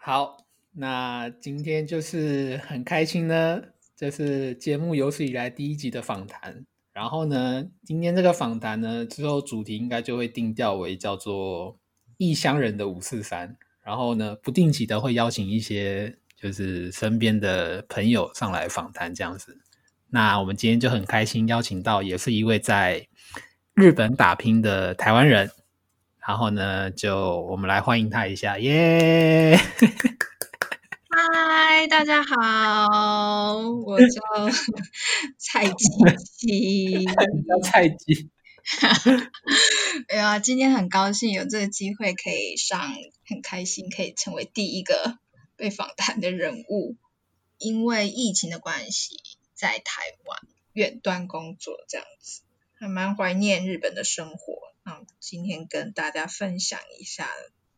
好，那今天就是很开心呢，这是节目有史以来第一集的访谈。然后呢，今天这个访谈呢，之后主题应该就会定调为叫做异乡人的543。然后呢，不定期的会邀请一些就是身边的朋友上来访谈这样子。那我们今天就很开心邀请到也是一位在日本打拼的台湾人。然后呢，就我们来欢迎他一下，耶！ 嗨，大家好，我叫蔡琪琪。 你叫菜鸡。 哎呀，今天很高兴有这个机会可以上，很开心可以成为第一个被访谈的人物。因为疫情的关系，在台湾远端工作这样子，还蛮怀念日本的生活。那今天跟大家分享一下，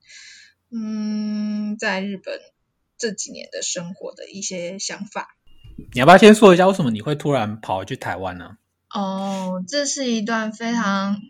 在日本这几年的生活的一些想法。 你要不要先说一下为什么你会突然跑去台湾呢？ 这是一段非常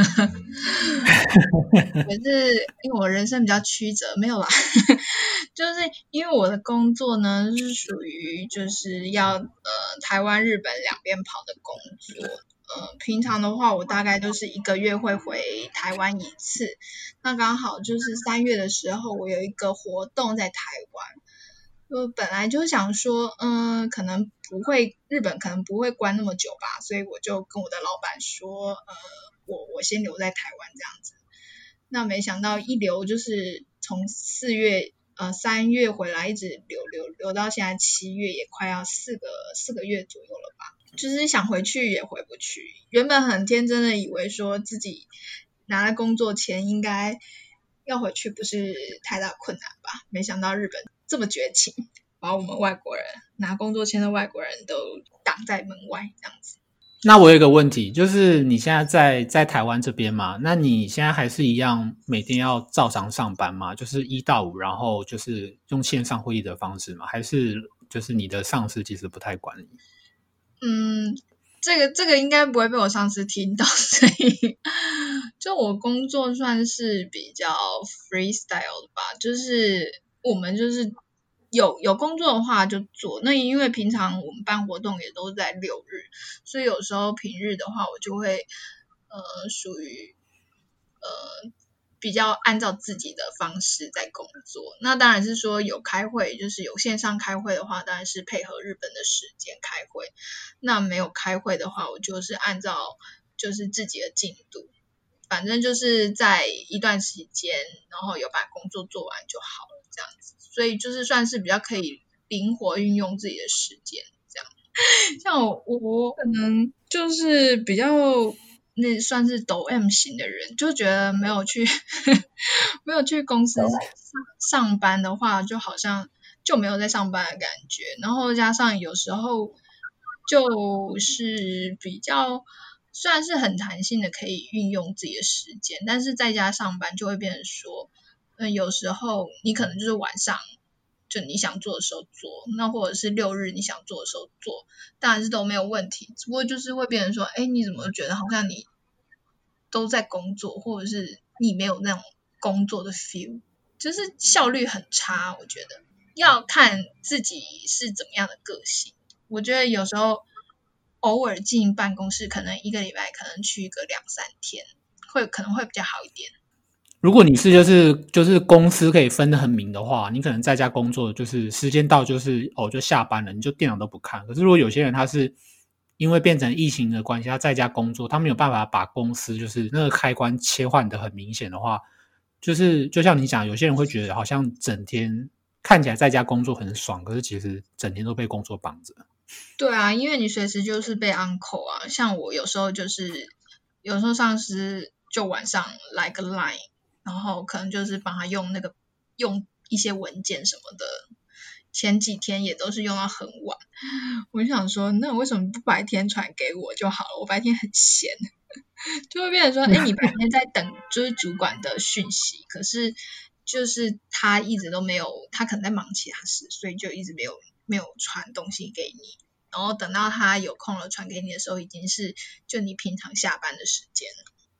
也是因为我人生比较曲折，没有啦就是因为我的工作呢是属于就是要台湾日本两边跑的工作。平常的话我大概都是1个月会回台湾一次，那刚好就是3月的时候我有一个活动在台湾。我本来就想说，可能不会，日本可能不会关那么久吧，所以我就跟我的老板说，我先留在台湾这样子。那没想到一留就是从3月回来，一直留到现在7月，也快要4个月左右了吧。就是想回去也回不去，原本很天真的以为说自己拿了工作签应该要回去不是太大困难吧，没想到日本这么绝情，把我们外国人拿工作签的外国人都挡在门外这样子。 那我有一个问题，就是你现在在台湾这边嘛？那你现在还是一样每天要照常上班吗？就是1到5，然后就是用线上会议的方式吗？还是就是你的上司其实不太管你？ 这个应该不会被我上司听到，所以就我工作算是比较 freestyle 的吧，就是我们就是有工作的话就做。那因为平常我们办活动也都在6日，所以有时候平日的话我就会属于比较按照自己的方式在工作。那当然是说有开会，就是有线上开会的话，当然是配合日本的时间开会。那没有开会的话，我就是按照就是自己的进度，反正就是在一段时间，然后有把工作做完就好了这样子。所以就是算是比较可以灵活运用自己的时间这样。像我可能就是比较那算是抖 M 型的人，就觉得没有去没有去公司上班的话，就好像就没有在上班的感觉。然后加上有时候就是比较虽然是很弹性的可以运用自己的时间，但是在家上班就会变成说，有时候你可能就是晚上就你想做的时候做，那或者是6日你想做的时候做，当然是都没有问题。只不过就是会变成说，你怎么觉得好像你都在工作，或者是你没有那种工作的 feel， 就是效率很差。我觉得要看自己是怎么样的个性。我觉得有时候偶尔进办公室，可能1个礼拜可能去个2-3天，可能会比较好一点。 如果你是就是公司可以分得很明的话，你可能在家工作就是时间到就是就下班了，你就电脑都不看。可是如果有些人他是因为变成疫情的关系，他在家工作，他没有办法把公司就是那个开关切换得很明显的话，就是就像你讲，有些人会觉得好像整天看起来在家工作很爽，可是其实整天都被工作绑着。 对啊，因为你随时就是被 on call 啊。像我有时候上司就晚上来个 line， 然后可能就是帮他用一些文件什么的，前几天也都是用到很晚。我就想说，那为什么不白天传给我就好了？我白天很闲。就会变成说，你白天在等就是主管的讯息，可是就是他一直都没有，他可能在忙其他事，所以就一直没有传东西给你。然后等到他有空了传给你的时候，已经是就你平常下班的时间了。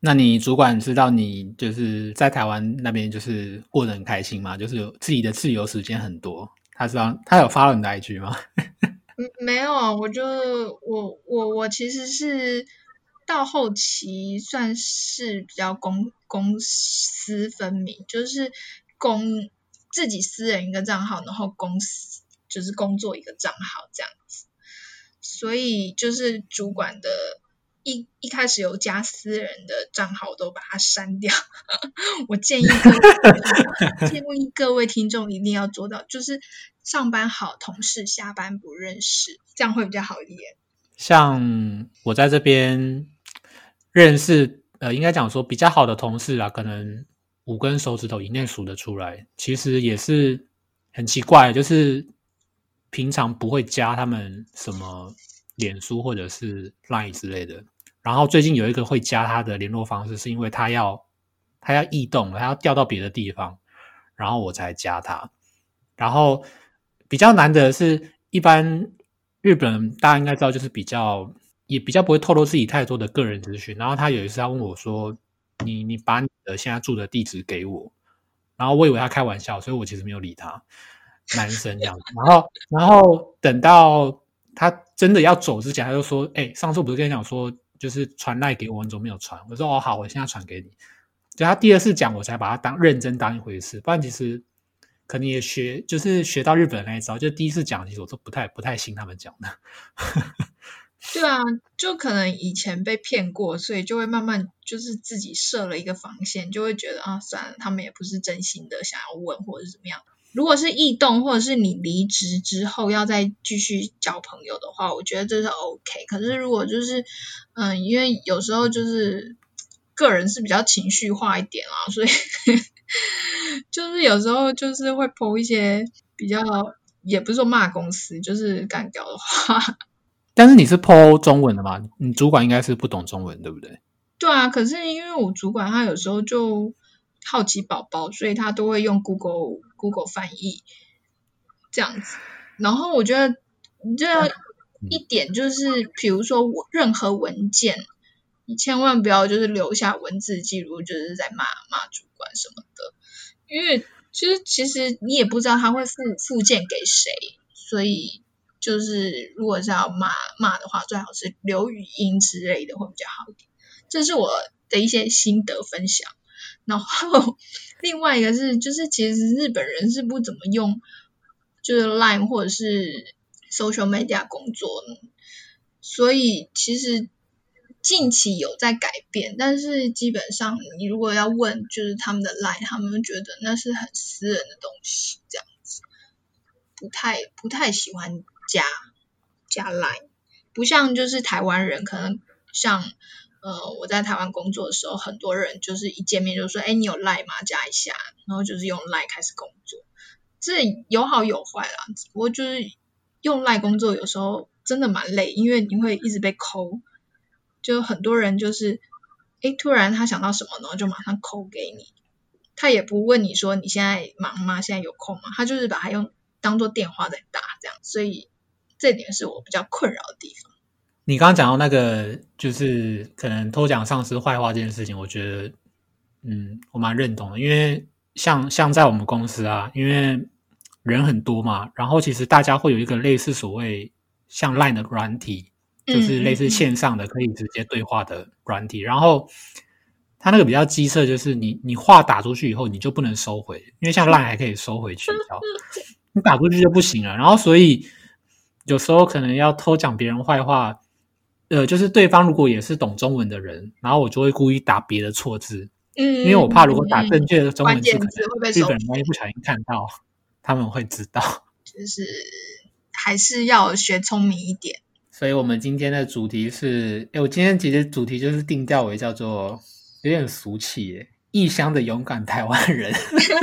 那你主管知道你就是在台湾那边就是过得很开心吗？就是有自己的自由时间很多，他知道他有发你的 IG 吗？ 没有啊，我其实是到后期算是比较公私分明，就是自己私人一个账号，然后公司就是工作一个账号这样子，所以就是主管的一开始有加私人的账号都把它删掉。我建议各位听众一定要做到，就是上班好同事，下班不认识，这样会比较好一点。 像我在这边认识，应该讲说比较好的同事啊，可能5根手指头以内数得出来。其实也是很奇怪，就是平常不会加他们什么脸书或者是 LINE 之类的。然后最近有一个会加他的联络方式，是因为他要异动了，他要调到别的地方，然后我才加他。然后比较难得的是，一般日本人大家应该知道，就是也比较不会透露自己太多的个人资讯。然后他有一次他问我说：你把你的现在住的地址给我。”然后我以为他开玩笑，所以我其实没有理他，男生这样子。然后等到他真的要走之前，他就说：“上次我不是跟你讲说，就是传赖给我，你怎么没有传？”我说：“哦，好，我现在传给你。”就他第二次讲，我才把他认真当一回事。不然其实可能也就是学到日本的那一招，就第一次讲，其实我都不太信他们讲的。 对啊，就可能以前被骗过，所以就会慢慢就是自己设了一个防线，就会觉得啊，算了，他们也不是真心的想要问或者是怎么样。如果是异动或者是你离职之后要再继续交朋友的话，我觉得这是 OK。可是如果就是因为有时候就是个人是比较情绪化一点啦，所以就是有时候就是会 po 一些比较，也不是说骂公司，就是干掉的话。 但是你是 po 中文的嘛？你主管应该是不懂中文，对不对？ 对啊，可是因为我主管他有时候就好奇宝宝，所以他都会用 Google 翻译这样子。然后我觉得这一点就是，比如说任何文件，你千万不要就是留下文字记录，就是在骂主管什么的，因为其实你也不知道他会附件给谁，所以就是如果是要骂的话，最好是留语音之类的会比较好一点。这是我的一些心得分享。然后另外一个是，就是其实日本人是不怎么用就是 LINE 或者是 social media 工作，所以其实近期有在改变，但是基本上你如果要问就是他们的 LINE， 他们觉得那是很私人的东西，这样子不太喜欢加 LINE， 不像就是台湾人可能像我在台湾工作的时候，很多人就是一见面就说：“你有 LINE 吗？加一下。”然后就是用 LINE 开始工作。这有好有坏啦，不过就是用 LINE 工作有时候真的蛮累，因为你会一直被扣，就很多人就是突然他想到什么，然后就马上扣给你，他也不问你说你现在忙吗？现在有空吗？他就是把它当做电话在打这样，所以这点是我比较困扰的地方。 你刚刚讲到那个，就是可能偷讲上司坏话这件事情，我觉得，我蛮认同的。因为像在我们公司啊，因为人很多嘛，然后其实大家会有一个类似所谓像 LINE 的软体，就是类似线上的可以直接对话的软体。然后它那个比较机车，就是你话打出去以后，你就不能收回，因为像 LINE 还可以收回去，你打出去就不行了。然后所以有时候可能要偷讲别人坏话。就是对方如果也是懂中文的人，然后我就会故意打别的错字，因为我怕如果打正确的中文字，可能日本人万一不小心看到，他们会知道。 就是还是要学聪明一点。 所以我们今天的主题是，我今天其实主题就是定调为叫做有点俗气耶，异乡的勇敢台湾人。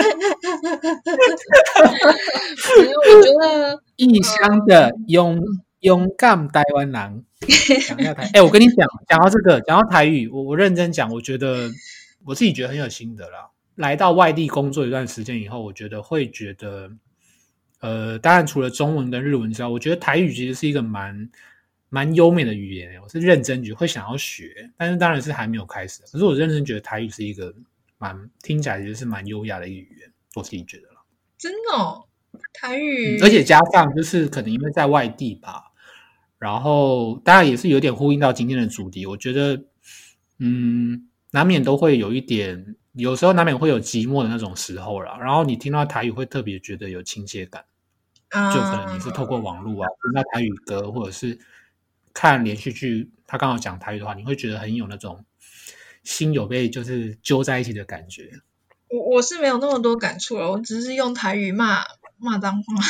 我觉得异乡的勇敢台湾人。讲一下台，我跟你讲到这个，讲到台语，我认真讲，我觉得我自己觉得很有心得啦。来到外地工作一段时间以后，我觉得会觉得，当然除了中文跟日文之外，我觉得台语其实是一个蛮蛮优美的语言，我是认真觉得会想要学，但是当然是还没有开始。可是我认真觉得台语是一个听起来就是蛮优雅的一个语言，我自己觉得啦。 真的哦，台语， 而且加上就是可能因为在外地吧，然后当然也是有点呼应到今天的主题。我觉得，难免都会有一点，有时候难免会有寂寞的那种时候啦。然后你听到台语会特别觉得有亲切感，就可能你是透过网络啊听到台语歌，或者是看连续剧，他刚好讲台语的话，你会觉得很有那种心有被就是揪在一起的感觉。 我是没有那么多感触了，我只是用台语骂脏话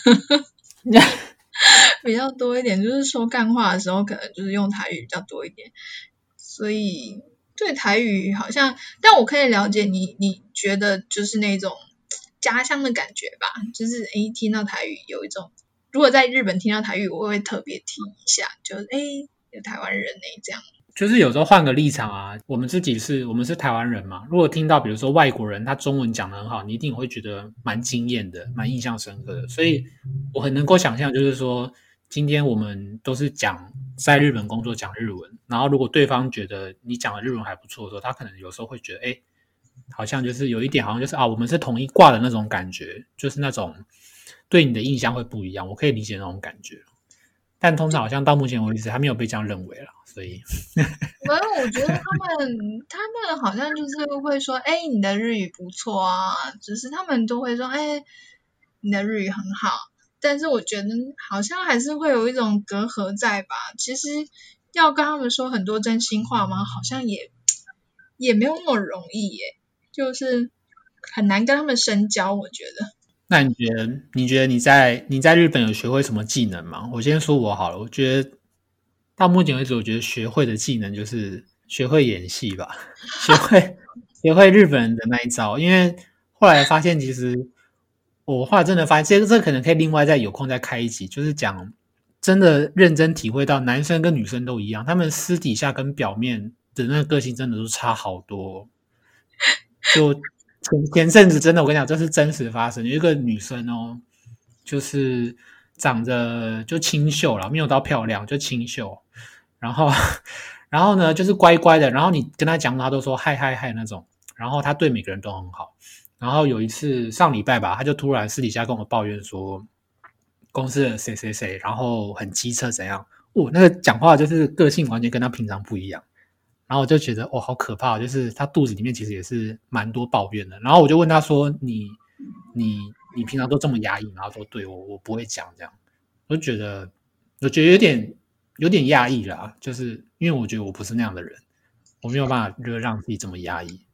比较多一点，就是说干话的时候可能就是用台语比较多一点，所以对台语好像，但我可以了解你觉得就是那种家乡的感觉吧，就是听到台语有一种，如果在日本听到台语，我会特别听一下，就是有台湾人这样。 就是有时候换个立场啊，我们是台湾人嘛，如果听到比如说外国人他中文讲得很好，你一定会觉得蛮惊艳的，蛮印象深刻的。所以我很能够想象，就是说今天我们都是在日本工作讲日文，然后如果对方觉得你讲的日文还不错的时候，他可能有时候会觉得，好像就是有一点好像就是我们是同一挂的那种感觉，就是那种对你的印象会不一样，我可以理解那种感觉。但通常好像到目前为止还没有被这样认为啦，所以没有，我觉得他们好像就是会说，你的日语不错啊，只是他们都会说，你的日语很好，但是我觉得好像还是会有一种隔阂在吧。其实要跟他们说很多真心话吗？好像也没有那么容易耶，就是很难跟他们深交，我觉得。 那你觉得你在日本有学会什么技能吗？我先说我好了，我觉得到目前为止，我觉得学会的技能就是学会演戏吧，学会日本人的那一招。因为后来发现，其实我后来真的发现，这可能可以另外再有空再开一集，就是讲真的认真体会到男生跟女生都一样，他们私底下跟表面的那个个性真的都差好多。就前阵子真的，我跟你讲，这是真实发生。有一个女生哦，就是长得就清秀啦，没有到漂亮，就清秀。然后，然后呢，就是乖乖的。然后你跟她讲，她都说嗨嗨嗨那种。然后她对每个人都很好。然后有一次上礼拜吧，她就突然私底下跟我抱怨说，公司的谁谁谁，然后很机车怎样。那个讲话就是个性完全跟她平常不一样。然后我就觉得好可怕，就是他肚子里面其实也是蛮多抱怨的。然后我就问他说：你平常都这么压抑？然后说对，我不会讲这样。我觉得有点压抑啦，就是因为我觉得我不是那样的人，我没有办法就让自己这么压抑。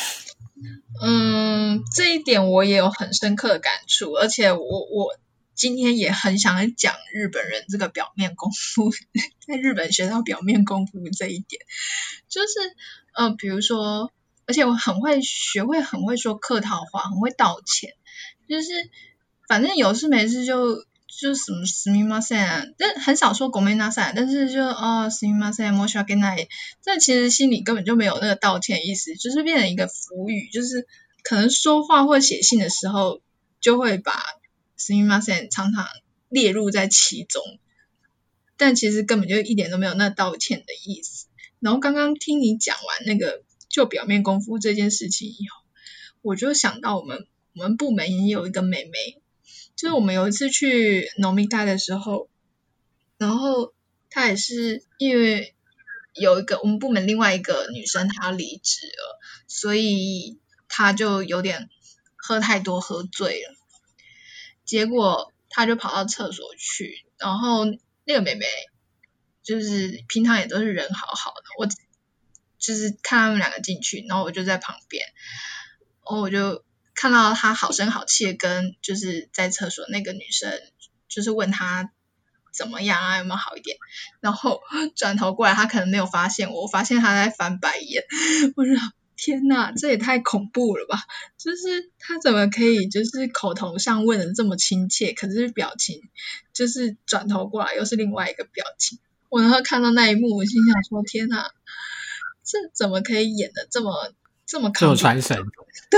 这一点我也有很深刻的感触，而且我今天也很想讲日本人这个表面功夫，在日本学到表面功夫这一点，就是比如说，而且我很会说客套话，很会道歉，就是反正有事没事就什么すみません，但很少说ごめんなさい，但是すみません申し訳ない，这其实心里根本就没有那个道歉意思，就是变成一个浮语，就是可能说话或写信的时候就会把すみません常常列入在其中，但其实根本就一点都没有那道歉的意思。然后刚刚听你讲完那个就表面功夫这件事情以后，我就想到我们部门也有一个妹妹。就是我们有一次去农民大的时候，然后她也是因为有一个我们部门另外一个女生她要离职了，所以她就有点喝太多喝醉了，结果她就跑到厕所去，然后那个妹妹就是平常也都是人好好的，我就是看他们两个进去，然后我就在旁边，然后我就看到他好声好气的跟就是在厕所那个女生，就是问他怎么样啊，有没有好一点？然后转头过来，他可能没有发现我发现他在翻白眼。我说天哪，这也太恐怖了吧！就是他怎么可以就是口头上问的这么亲切，可是表情就是转头过来又是另外一个表情。我然后看到那一幕，我心想说天哪，这怎么可以演的这么这么传神？ 对，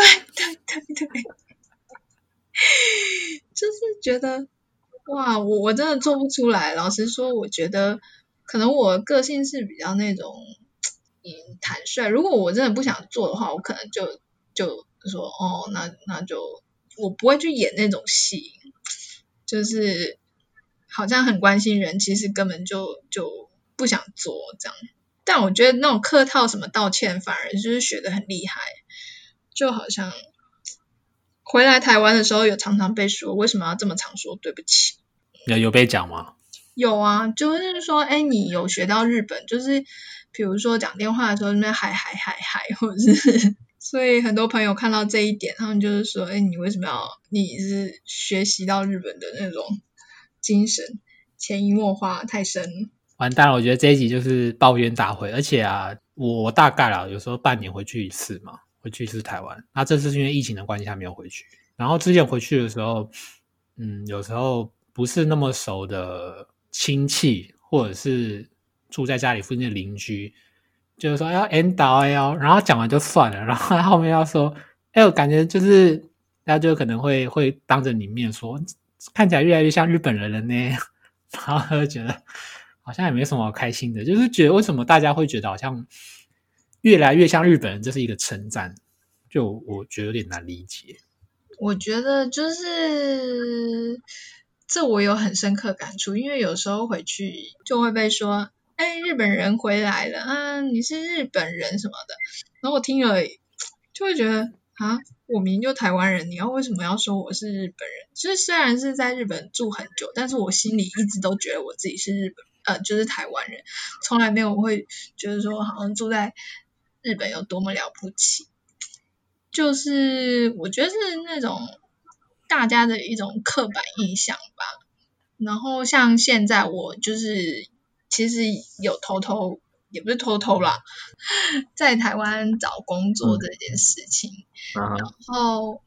就是觉得哇，我真的做不出来。老实说，我觉得可能我个性是比较那种坦率，如果我真的不想做的话，我可能就说哦，那就我不会去演那种戏，就是好像很关心人，其实根本就不想做这样。但我觉得那种客套什么道歉，反而就是学得很厉害，就好像回来台湾的时候，有常常被说为什么要这么常说对不起。 有被讲吗？ 有啊，就是说，哎，你有学到日本，就是比如说讲电话的时候，那边嗨嗨嗨嗨，或者是，所以很多朋友看到这一点，他们就是说，哎，你为什么要？你是学习到日本的那种精神，潜移默化太深。 完蛋了，我觉得这一集就是抱怨大会，而且啊，我大概啦，有时候半年回去一次嘛，回去一次台湾。那这次是因为疫情的关系，还没有回去。然后之前回去的时候，有时候不是那么熟的亲戚，或者是住在家里附近的邻居，就是说要 N 导然后讲完就算了，然后他后面要说，我感觉就是大家就可能会当着你面说，看起来越来越像日本人了呢，然后就觉得好像也没什么好开心的，就是觉得为什么大家会觉得好像越来越像日本人，这是一个称赞，就我觉得有点难理解。 我觉得就是这我有很深刻感触，因为有时候回去就会被说，哎，日本人回来了啊，你是日本人什么的，然后我听了就会觉得啊，我明明就台湾人，你要为什么要说我是日本人？就是虽然是在日本住很久，但是我心里一直都觉得我自己是就是台湾人，从来没有会觉得说好像住在日本有多么了不起。就是我觉得是那种大家的一种刻板印象吧。然后像现在我就是其实有偷偷，也不是偷偷啦，在台湾找工作这件事情。然后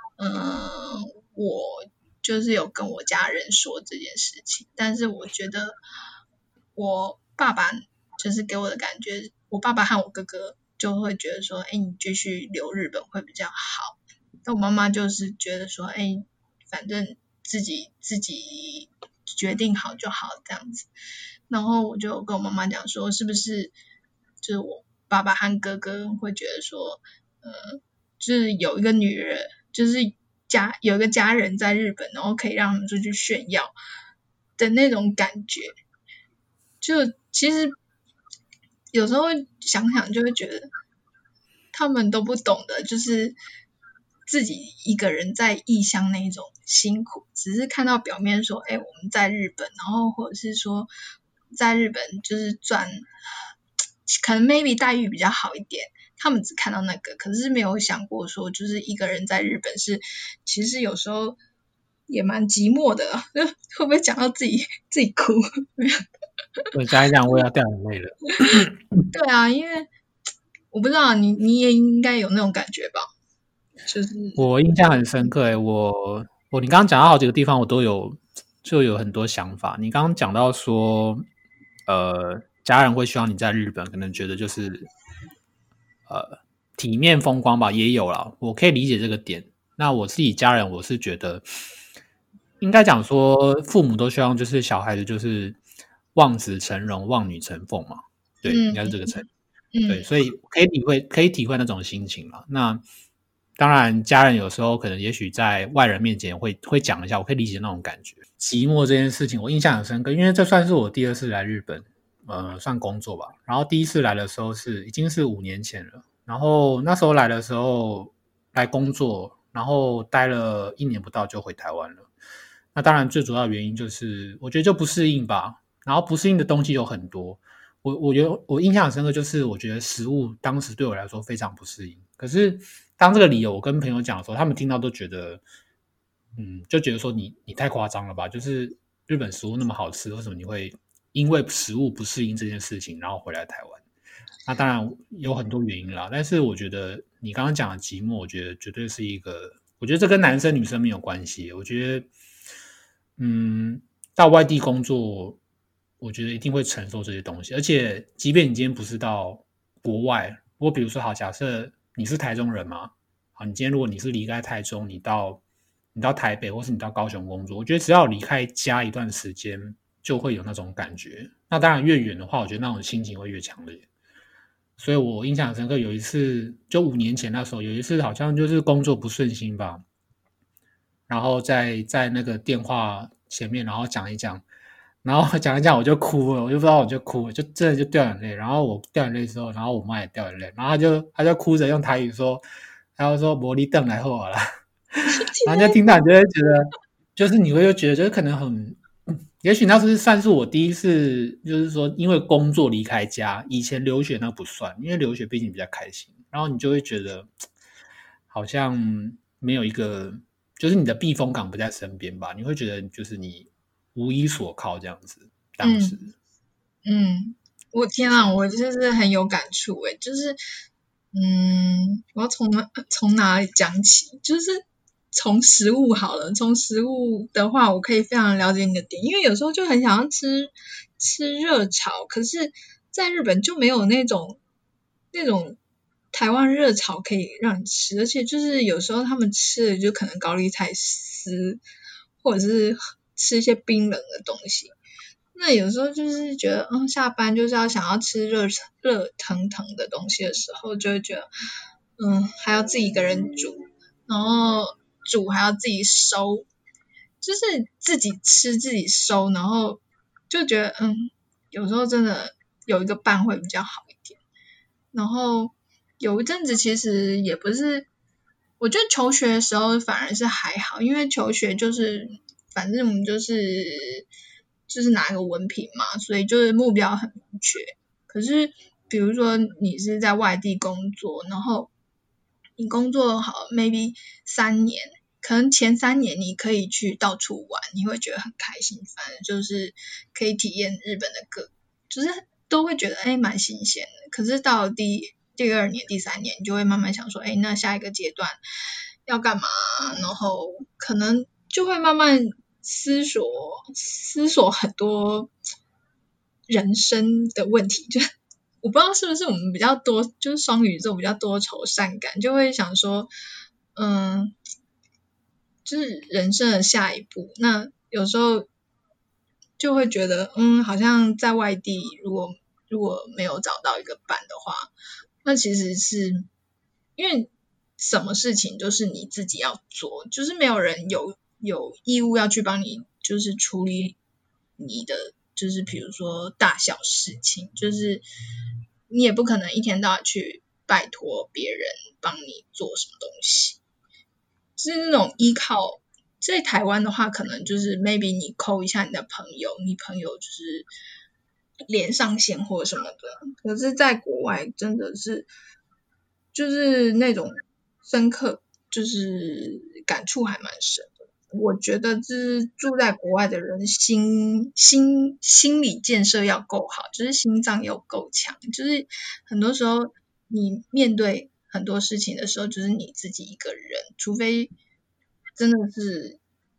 我就是有跟我家人说这件事情，但是我觉得我爸爸就是给我的感觉，我爸爸和我哥哥就会觉得说，哎，你继续留日本会比较好。但我妈妈就是觉得说，哎，反正自己决定好就好这样子。然后我就跟我妈妈讲说，是不是就是我爸爸和哥哥会觉得说，就是有一个女人，就是有一个家人在日本，然后可以让他们出去炫耀的那种感觉。就其实有时候想想就会觉得，他们都不懂得，就是自己一个人在异乡那一种辛苦，只是看到表面说，哎，我们在日本，然后或者是说在日本就是赚，可能 maybe 待遇比较好一点，他们只看到那个，可是没有想过说，就是一个人在日本是，其实有时候也蛮寂寞的，会不会讲到自己哭？ 我讲一讲，我也要掉眼泪了。 对啊，因为我不知道你也应该有那种感觉吧？就是我印象很深刻你刚刚讲到好几个地方，我都有很多想法。你刚刚讲到说，家人会希望你在日本，可能觉得就是体面风光吧，也有啦，我可以理解这个点。那我自己家人，我是觉得应该讲说，父母都希望就是小孩子就是望子成龙、望女成凤嘛，对，应该是这个成对，所以可以体会那种心情嘛。那当然，家人有时候可能也许在外人面前会讲一下，我可以理解那种感觉。寂寞这件事情，我印象很深刻，因为这算是我第二次来日本，算工作吧。然后第一次来的时候已经是5年前了。然后那时候来的时候来工作，然后待了1年不到就回台湾了。那当然最主要的原因就是我觉得就不适应吧。然后不适应的东西有很多。我印象很深刻，就是我觉得食物当时对我来说非常不适应。可是当这个理由我跟朋友讲的时候，他们听到都觉得，就觉得说你太夸张了吧？就是日本食物那么好吃，为什么你会因为食物不适应这件事情，然后回来台湾？那当然有很多原因啦，但是我觉得你刚刚讲的寂寞，我觉得绝对是一个，我觉得这跟男生女生没有关系。我觉得，到外地工作，我觉得一定会承受这些东西。而且，即便你今天不是到国外，我比如说好，假设你是台中人嘛，好，你今天如果你是离开台中，你到台北或是你到高雄工作，我觉得只要离开家一段时间， 就会有那种感觉。那当然越远的话，我觉得那种心情会越强烈。所以我印象很深刻，有一次就5年前那时候，有一次好像就是工作不顺心吧，然后在那个电话前面，然后讲一讲，然后讲一讲我就哭了，我就不知道我就哭了，就真的就掉眼泪。然后我掉眼泪之后，然后我妈也掉眼泪，然后她就哭着用台语说，她就说魔力瞪来后了，然后就听到你就会觉得，就是你会觉得就是可能很。也许那是算是我第一次，就是说因为工作离开家。以前留学那不算，因为留学毕竟比较开心，然后你就会觉得好像没有一个，就是你的避风港不在身边吧，你会觉得就是你无依所靠这样子。当时， 我天啊，我就是很有感触诶，就是我要从哪里讲起？就是从食物好了，从食物的话，我可以非常了解你的点，因为有时候就很想要吃热炒，可是在日本就没有那种台湾热炒可以让你吃，而且就是有时候他们吃的就可能高丽菜丝，或者是吃一些冰冷的东西。那有时候就是觉得，下班就是想要吃热腾腾的东西的时候，就会觉得，还要自己一个人煮，然后煮还要自己收，就是自己吃自己收，然后就觉得，有时候真的有一个伴会比较好一点。然后有一阵子其实也不是，我觉得求学的时候反而是还好，因为求学就是反正我们就是拿一个文凭嘛，所以就是目标很明确。可是比如说你是在外地工作，然后你工作好 maybe 3年，可能前3年你可以去到处玩，你会觉得很开心，反正就是可以体验日本的就是都会觉得蛮新鲜的。可是到了第2年、第3年，你就会慢慢想说，那下一个阶段要干嘛？然后可能就会慢慢思索很多人生的问题，就我不知道是不是我们比较多，就是双鱼座比较多愁善感，就会想说，就是人生的下一步。那有时候就会觉得，好像在外地，如果没有找到一个伴的话，那其实是因为什么事情都是你自己要做，就是没有人有义务要去帮你，就是处理你的，就是比如说大小事情，就是你也不可能一天到晚去拜托别人帮你做什么东西，就是那种依靠。在台湾的话，可能就是 maybe 你call一下你的朋友，你朋友就是连上线或什么的。可是在国外真的是就是那种深刻，就是感触还蛮深的。我觉得就是住在国外的人心理建设要够好，就是心脏要够强，就是很多时候你面对很多事情的时候，就是你自己一个人，除非真的是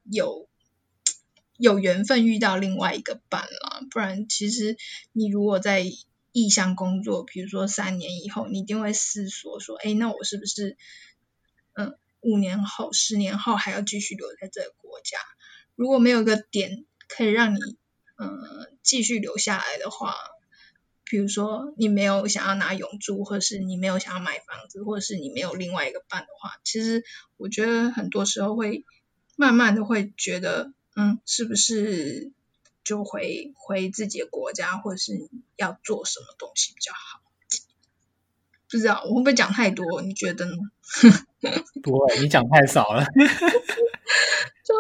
有缘分遇到另外一个伴啦，不然其实你如果在异乡工作，比如说3年以后，你一定会思索说，那我是不是5年后、10年后还要继续留在这个国家？如果没有一个点可以让你继续留下来的话，比如说你没有想要拿永住，或是你没有想要买房子，或者是你没有另外一个伴的话，其实我觉得很多时候会慢慢的会觉得，是不是就回自己的国家，或者是要做什么东西比较好？不知道我会不会讲太多？你觉得呢？ 不会，你讲太少了。 就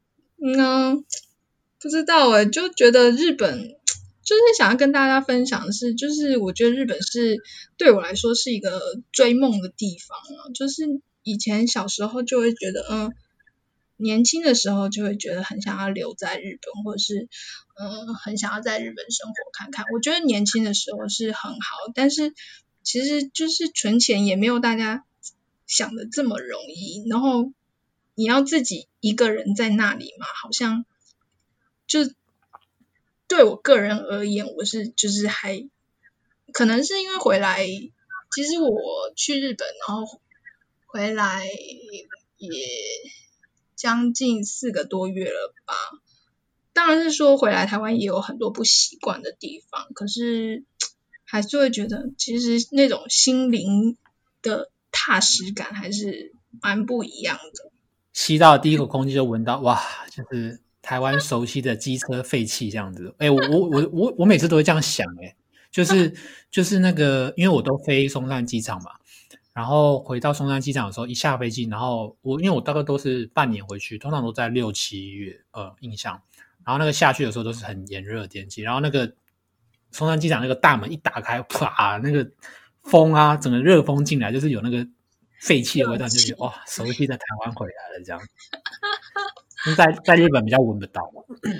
不知道就觉得日本就是想要跟大家分享的是，就是我觉得日本是对我来说是一个追梦的地方啊，就是以前小时候就会觉得年轻的时候就会觉得很想要留在日本，或者是很想要在日本生活看看。我觉得年轻的时候是很好，但是其实就是存钱也没有大家想的这么容易，然后你要自己一个人在那里嘛，好像就对我个人而言，我是就是还可能是因为回来，其实我去日本，然后回来也将近4个多月了吧。 当然是说回来台湾也有很多不习惯的地方，可是还是会觉得其实那种心灵的踏实感还是蛮不一样的。 吸到第一口空气就闻到，哇，就是台湾熟悉的机车废气这样子。我每次都会这样想，就是那个，因为我都飞松山机场嘛，然后回到松山机场的时候，一下飞机，然后因为我大概都是半年回去，通常都在6、7月，印象。然后那个下去的时候都是很炎热的天气，然后那个松山机场那个大门一打开，啪，那个风啊，整个热风进来，就是有那个废气的味道，就觉得哇，熟悉的台湾回来了这样。在日本比较闻不到。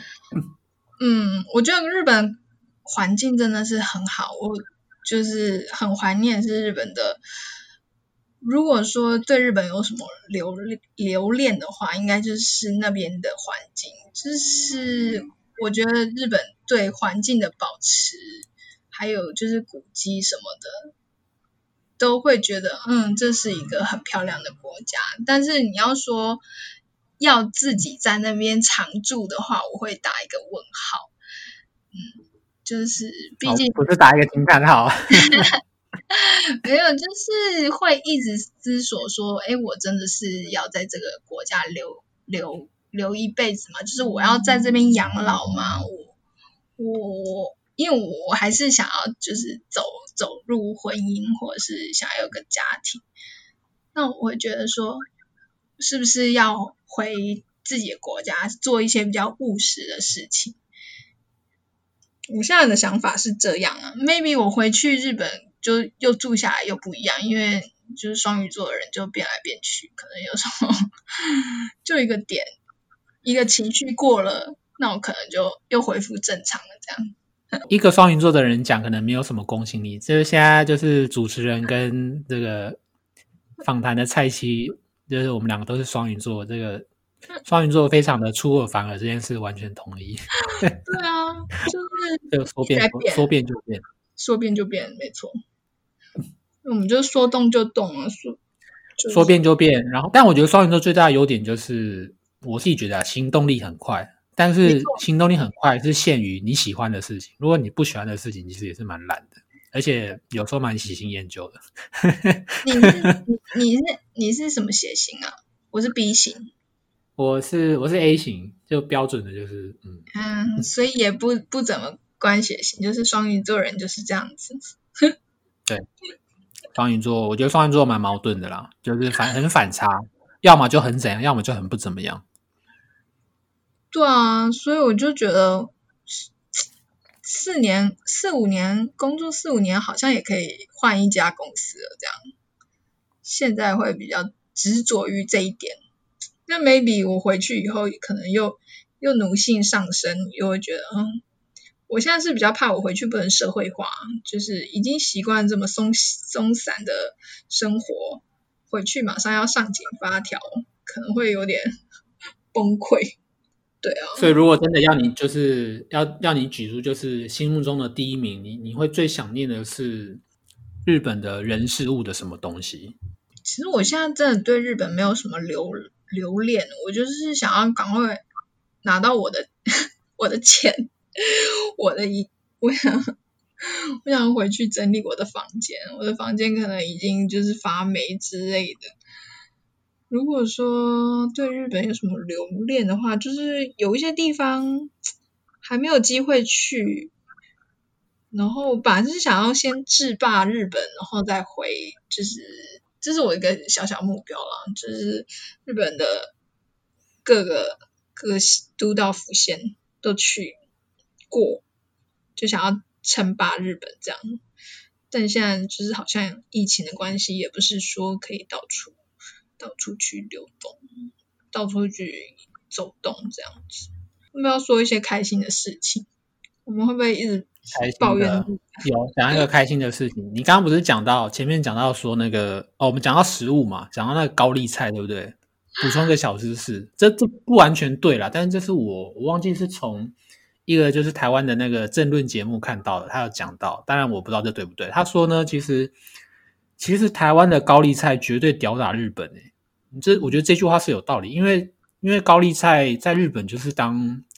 我觉得日本环境真的是很好，我就是很怀念是日本的。如果说对日本有什么留恋的话，应该就是那边的环境。就是我觉得日本对环境的保持，还有就是古迹什么的，都会觉得这是一个很漂亮的国家。但是你要说要自己在那边常住的话，我会打一个问号。就是毕竟不是打一个惊叹号。 没有，就是会一直思索说，我真的是要在这个国家留一辈子吗？就是我要在这边养老吗？因为我还是想要就是走入婚姻，或者是想要有个家庭。那我会觉得说，是不是要回自己的国家做一些比较务实的事情？我现在的想法是这样啊 ，maybe 我回去日本就又住下来又不一样，因为就是双鱼座的人就变来变去，可能有时候就一个点，一个情绪过了，那我可能就又恢复正常了这样。 一个双鱼座的人讲可能没有什么公信力，就是现在就是主持人跟这个访谈的蔡希，就是我们两个都是双鱼座，这个双鱼座非常的出尔反尔，这件事完全同意。 对啊，就是说变就变， 说变就变，没错。我们就说动就动啊， 说变就变。然后，但我觉得双鱼座最大的优点就是，我自己觉得行动力很快。但是行动力很快是限于你喜欢的事情，如果你不喜欢的事情，其实也是蛮懒的，而且有时候蛮喜新厌旧的。 你是什么血型啊？我是 B 型。 我是 A 型，就标准的就是所以也不怎么关血型，就是双鱼座人就是这样子。 对，双鱼座，我觉得双鱼座蛮矛盾的啦，就是很反差，要么就很怎样，要么就很不怎么样。 对啊，所以我就觉得4、5年工作4、5年，好像也可以换一家公司了。这样，现在会比较执着于这一点。那 maybe 我回去以后，可能又奴性上升，又会觉得我现在是比较怕我回去不能社会化，就是已经习惯这么松散的生活，回去马上要上紧发条，可能会有点崩溃。对啊， 所以如果真的要你就是要你举出就是心目中的第一名，你会最想念的是日本的人事物的什么东西？ 其实我现在真的对日本没有什么留恋，我就是想要赶快拿到我的我的钱，我想回去整理我的房间，我的房间可能已经就是发霉之类的。如果说对日本有什么留恋的话，就是有一些地方还没有机会去，然后本来就是想要先制霸日本，然后再回，就是这是我一个小小目标啦，就是日本的各个都道府县都去过，就想要称霸日本这样。但现在就是好像疫情的关系，也不是说可以到处去流动，到处去走动这样子。我们要说一些开心的事情，我们会不会一直抱怨？ 有讲一个开心的事情。你刚刚不是前面讲到说那个我们讲到食物嘛，讲到那个高丽菜，对不对？补充个小知识，这不完全对啦，但是这是我忘记是从一个就是台湾的那个政论节目看到的，他有讲到，当然我不知道这对不对。他说呢，其实台湾的高丽菜绝对吊打日本我觉得这句话是有道理，因为高丽菜在日本就是当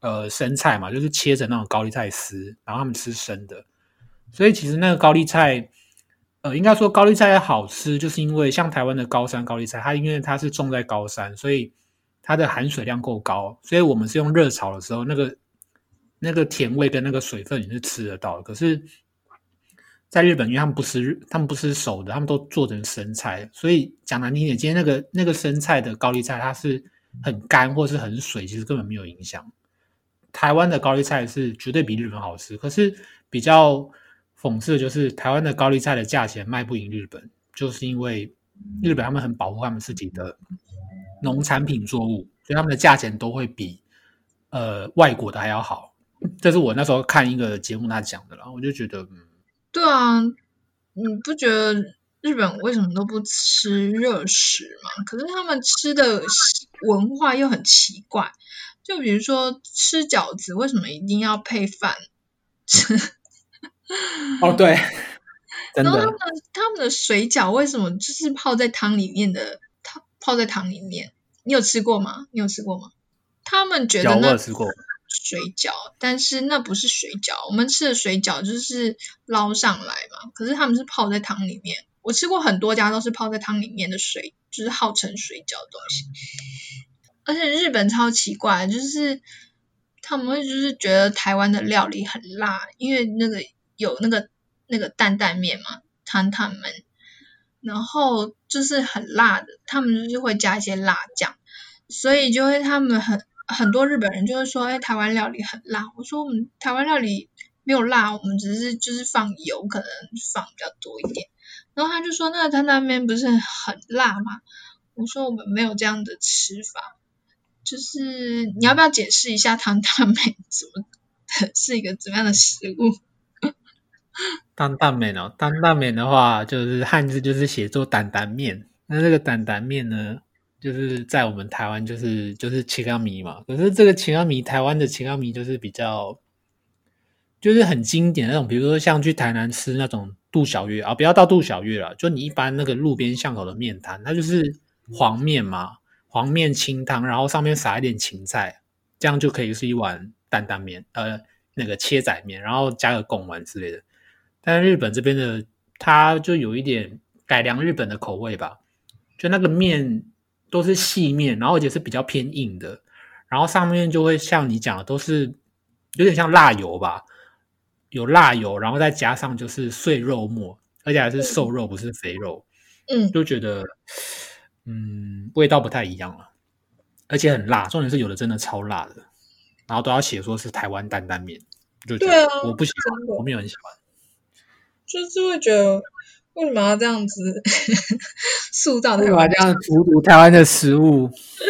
生菜嘛，就是切成那种高丽菜丝，然后他们吃生的。所以其实那个高丽菜，应该说高丽菜好吃，就是因为像台湾的高山高丽菜，它因为它是种在高山，所以它的含水量够高，所以我们是用热炒的时候，那个甜味跟那个水分你是吃得到的。可是，在日本，因为他们不吃熟的，他们都做成生菜，所以讲难听点，今天那个生菜的高丽菜它是很干或是很水，其实根本没有影响。台湾的高丽菜是绝对比日本好吃，可是比较讽刺的就是台湾的高丽菜的价钱卖不赢日本，就是因为日本他们很保护他们自己的农产品作物，所以他们的价钱都会比外国的还要好。这是我那时候看一个节目他讲的啦，我就觉得对啊，你不觉得日本为什么都不吃热食吗？可是他们吃的文化又很奇怪，就比如说吃饺子，为什么一定要配饭吃？ 哦对，真然后的他们的水饺为什么就是泡在汤里面的？泡在汤里面，你有吃过吗？你有吃过吗？他们觉得有我那有吃过， 水饺，但是那不是水饺。我们吃的水饺就是捞上来嘛，可是他们是泡在汤里面。我吃过很多家都是泡在汤里面的水，就是号称水饺的东西。而且日本超奇怪，就是他们会就是觉得台湾的料理很辣，因为有那个担担面嘛，担担们，然后就是很辣的，他们就是会加一些辣酱，所以就会他们很多日本人就会说，哎，台湾料理很辣。我说我们台湾料理没有辣，我们只是就是放油，可能放比较多一点。然后他就说，那个担担面不是很辣吗？我说我们没有这样的吃法，就是你要不要解释一下担担面怎么是一个怎么样的食物？ 担担面哦，担担面的话，就是汉字就是写作担担面。那这个担担面呢，就是在我们台湾就是切干米嘛。可是这个切干米，台湾的切干米就是比较就是很经典的那种，比如说像去台南吃那种杜小月啊，不要到杜小月了，就你一般那个路边巷口的面摊，它就是黄面嘛，黄面清汤，然后上面撒一点芹菜，这样就可以是一碗担担面，那个切仔面，然后加个贡丸之类的。但是日本这边的它就有一点改良日本的口味吧，就那个面都是细面，然后而且是比较偏硬的，然后上面就会像你讲的，都是有点像辣油吧，有辣油，然后再加上就是碎肉末，而且还是瘦肉，不是肥肉， 嗯， 就觉得味道不太一样了，而且很辣，重点是有的真的超辣的，然后都要写说是台湾担担面，就觉得对啊， 我不喜欢， 真的我没有很喜欢。 就是会觉得为什么要这样子塑造台湾？ 为什么这样荼毒台湾的食物？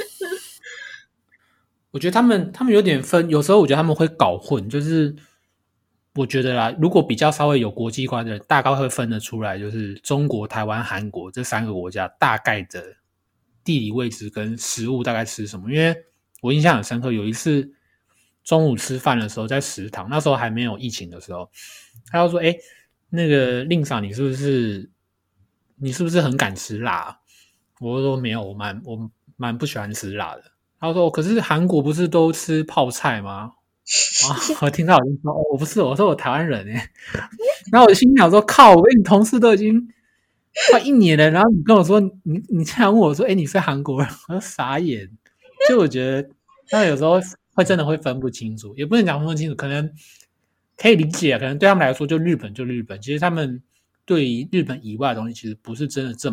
我觉得他们有点分，有时候我觉得他们会搞混，就是我觉得啦，如果比较稍微有国际观的人，大概会分得出来，就是中国、台湾、韩国这三个国家大概的地理位置跟食物大概吃什么。因为我印象很深刻，有一次中午吃饭的时候，在食堂，那时候还没有疫情的时候，他就说：“哎，那个令嫂，你是不是很敢吃辣啊？”我说：“没有，我蛮不喜欢吃辣的。”他说：“可是韩国不是都吃泡菜吗？”啊，我听到我就说：“哦，我不是，我说我台湾人哎。”然后我心想说：“靠，我跟你同事都已经快1年了，然后你跟我说你竟然问我说，哎，你是韩国人？”我说傻眼。就我觉得，那有时候会真的会分不清楚，也不能讲分不清楚，可能可以理解，可能对他们来说，就日本就日本，其实他们对于日本以外的东西，其实不是真的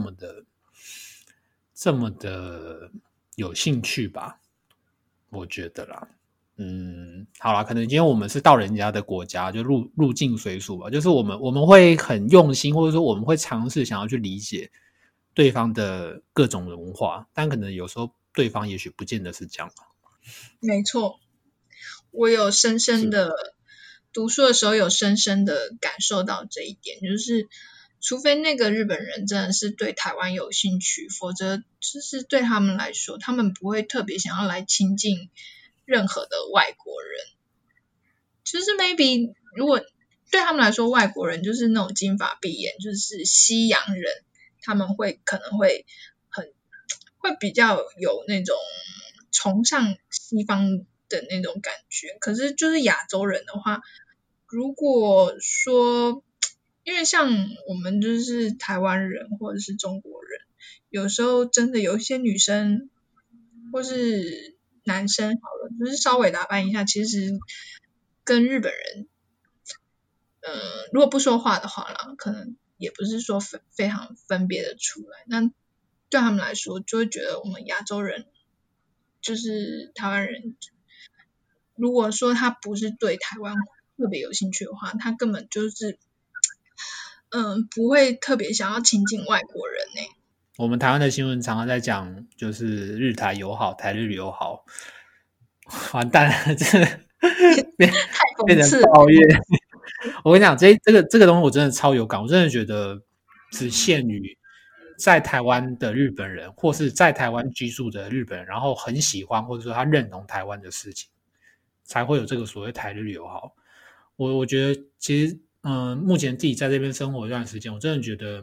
这么的有兴趣吧，我觉得啦。好啦，可能今天我们是到人家的国家，就入境随俗吧。就是我们会很用心，或者说我们会尝试想要去理解对方的各种文化，但可能有时候对方也许不见得是这样吧。 没错，我有深深的读书的时候有深深的感受到这一点，就是除非那个日本人真的是对台湾有兴趣，否则就是对他们来说，他们不会特别想要来亲近任何的外国人。就是 maybe 如果对他们来说，外国人就是那种金发碧眼，就是西洋人，他们可能会比较有那种崇尚西方的那种感觉。可是就是亚洲人的话，如果说因为像我们就是台湾人或者是中国人，有时候真的有一些女生或是男生好了，就是稍微打扮一下，其实跟日本人，如果不说话的话啦，可能也不是说非常分别的出来。那对他们来说，就会觉得我们亚洲人就是台湾人，如果说他不是对台湾特别有兴趣的话，他根本就是不会特别想要亲近外国人呢。 我们台湾的新闻常常在讲，就是日台友好、台日友好，完蛋了，这变成抱怨。我跟你讲，这个东西我真的超有感，我真的觉得只限于在台湾的日本人，或是在台湾居住的日本人，然后很喜欢或者说他认同台湾的事情，才会有这个所谓台日友好。我觉得其实，目前自己在这边生活一段时间，我真的觉得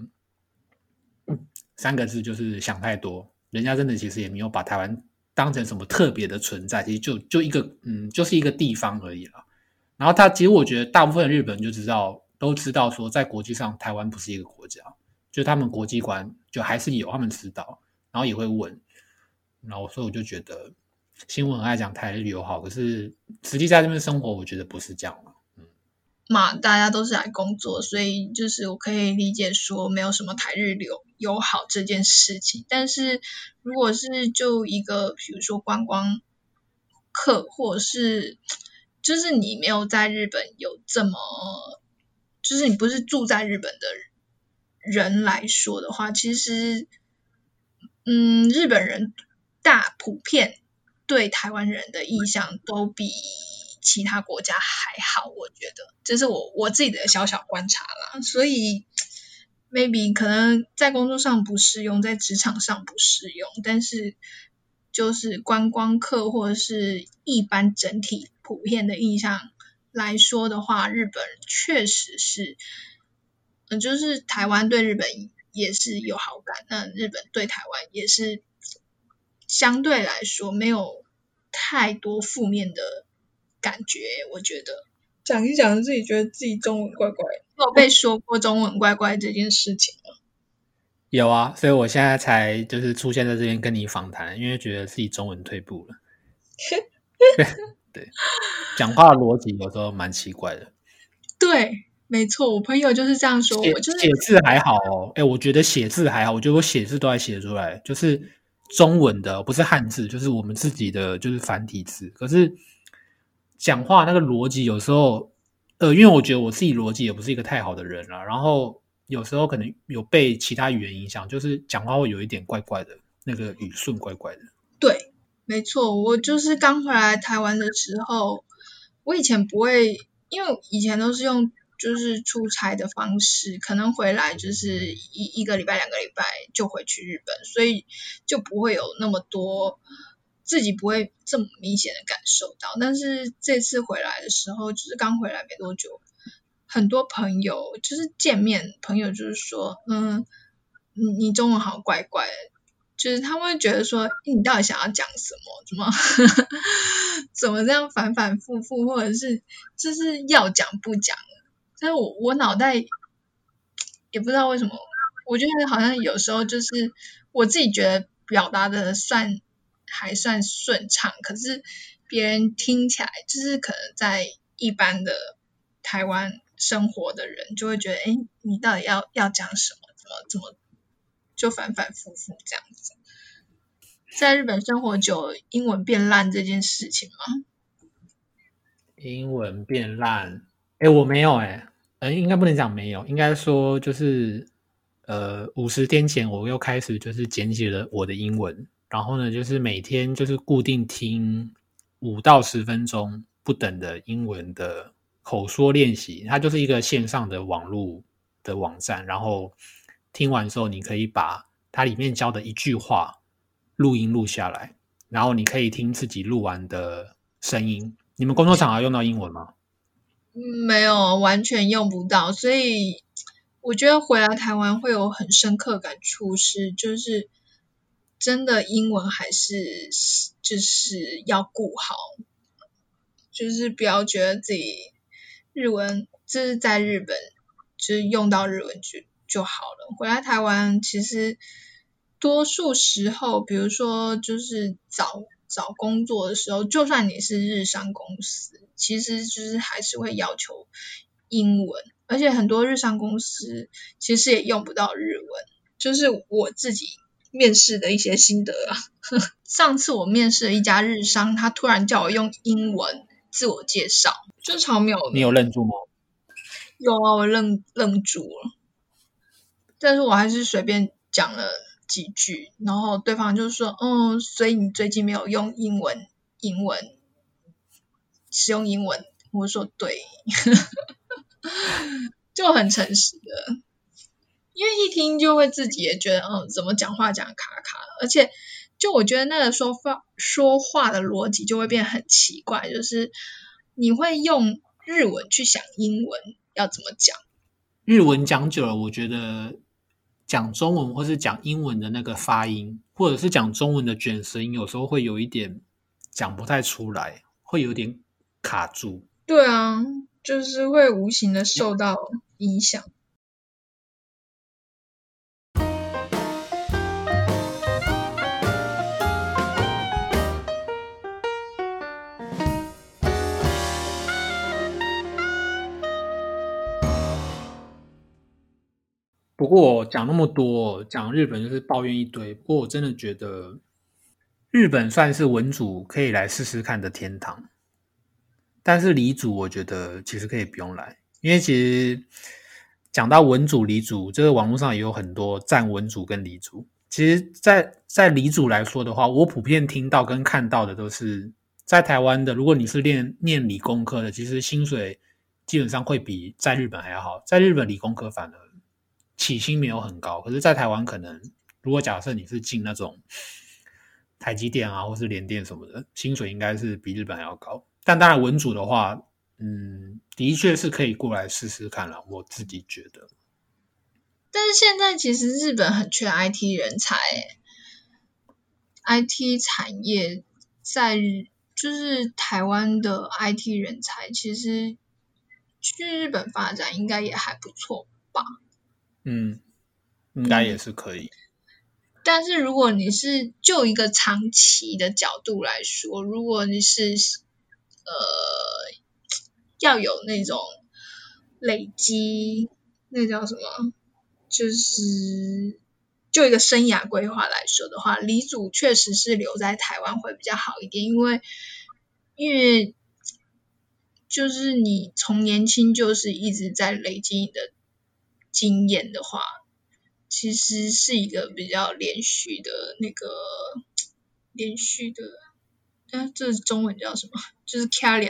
3个字就是想太多。人家真的其实也没有把台湾当成什么特别的存在，其实就一个就是一个地方而已啦。然后其实我觉得大部分的日本人都知道说，在国际上台湾不是一个国家，就他们国际观就还是有，他们知道，然后也会问。然后所以我就觉得新闻很爱讲台日友好，可是实际在这边生活，我觉得不是这样嘛。 嘛，大家都是来工作，所以就是我可以理解说没有什么台日友好这件事情。但是如果是就一个比如说观光客，或者是就是你没有在日本有这么，就是你不是住在日本的人来说的话，其实日本人普遍对台湾人的印象都比其他国家还好，我觉得这是我自己的小小观察啦。所以 maybe 可能在工作上不适用，在职场上不适用，但是就是观光客或者是一般整体普遍的印象来说的话，日本确实是，就是台湾对日本也是有好感，那日本对台湾也是相对来说没有太多负面的感觉，我觉得讲一讲自己觉得自己中文怪怪的，有被说过中文怪怪这件事情吗？ 有啊，所以我现在才就是出现在这边跟你访谈，因为觉得自己中文退步了。对，讲话的逻辑有时候蛮奇怪的。 对，没错，我朋友就是这样说我，就是写字还好哦，我觉得写字还好，我觉得我写字都还写得出来，就是中文的，不是汉字，就是我们自己的就是繁体字。可是讲话那个逻辑有时候，因为我觉得我自己逻辑也不是一个太好的人啦，然后有时候可能有被其他语言影响，就是讲话会有一点怪怪的，那个语顺怪怪的。 对，没错，我就是刚回来台湾的时候，我以前不会，因为以前都是用就是出差的方式，可能回来就是一个礼拜、2个礼拜就回去日本，所以就不会有那么多自己不会这么明显的感受到。但是这次回来的时候，就是刚回来没多久，很多朋友就是见面，朋友就是说，你中文好怪怪的。就是他们会觉得说，你到底想要讲什么？怎么这样反反复复，或者是就是要讲不讲？但是我脑袋也不知道为什么，我觉得好像有时候就是我自己觉得表达的还算顺畅，可是别人听起来就是可能在一般的台湾生活的人就会觉得，哎，你到底要讲什么？怎么就反反复复这样子？在日本生活久，英文变烂这件事情吗？ 英文变烂？我没有应该不能讲没有，应该说就是50天前我又开始就是捡起了我的英文，然后呢就是每天就是固定听5到10分钟不等的英文的口说练习，它就是一个线上的网络的网站，然后听完之后你可以把它里面教的一句话录音录下来，然后你可以听自己录完的声音。你们工作场合用到英文吗？ 没有，完全用不到，所以我觉得回来台湾会有很深刻感触是，就是真的英文还是就是要顾好， 就是不要觉得自己日文就是在日本就是用到日文就好了。回来台湾其实多数时候，比如说就是找工作的时候，就算你是日商公司，其实就是还是会要求英文，而且很多日商公司其实也用不到日文，就是我自己面试的一些心得啊。上次我面试了一家日商，他突然叫我用英文自我介绍，就超妙的。 你有愣住吗？ 有啊，我愣住了，但是我还是随便讲了几句，然后对方就说，所以你最近没有用英文使用英文，我说对，就很诚实的，因为一听就会自己也觉得，怎么讲话讲卡卡，而且就我觉得那个说话的逻辑就会变很奇怪，就是你会用日文去想英文要怎么讲。 日文讲久了，我觉得讲中文或是讲英文的那个发音，或者是讲中文的卷舌音，有时候会有一点讲不太出来，会有点卡住。 对啊，就是会无形的受到影响。 不过讲那么多，讲日本就是抱怨一堆。不过我真的觉得日本算是文组可以来试试看的天堂，但是理组我觉得其实可以不用来，因为其实讲到文组、理组，这个网络上也有很多赞文组跟理组。其实在理组来说的话，我普遍听到跟看到的都是在台湾的，如果你是念理工科的，其实薪水基本上会比在日本还要好。在日本理工科反而起薪没有很高，可是在台湾可能如果假设你是进那种台积电啊或是联电什么的，薪水应该是比日本还要高。但当然文组的话，的确是可以过来试试看啦，我自己觉得。 但是现在其实日本很缺 IT 人才，IT 产业在就是台湾的 IT 人才，其实去日本发展应该也还不错吧。 应该也是可以。 但是如果你是就一个长期的角度来说，如果你是要有那种累积，那叫什么？就一个生涯规划来说的话，理组确实是留在台湾会比较好一点，因为就是你从年轻就是一直在累积你的经验的话，其实是一个比较连续的，这中文叫什么？就是 career，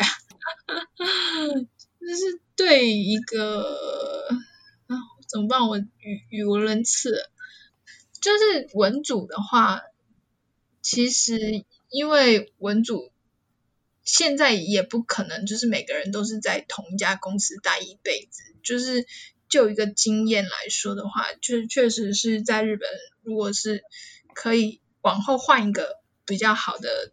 就是对一个怎么办？我语无伦次了。就是文组的话，其实因为文组现在也不可能就是每个人都是在同一家公司待一辈子，就一个经验来说的话，就是确实是在日本，如果是可以往后换一个比较好的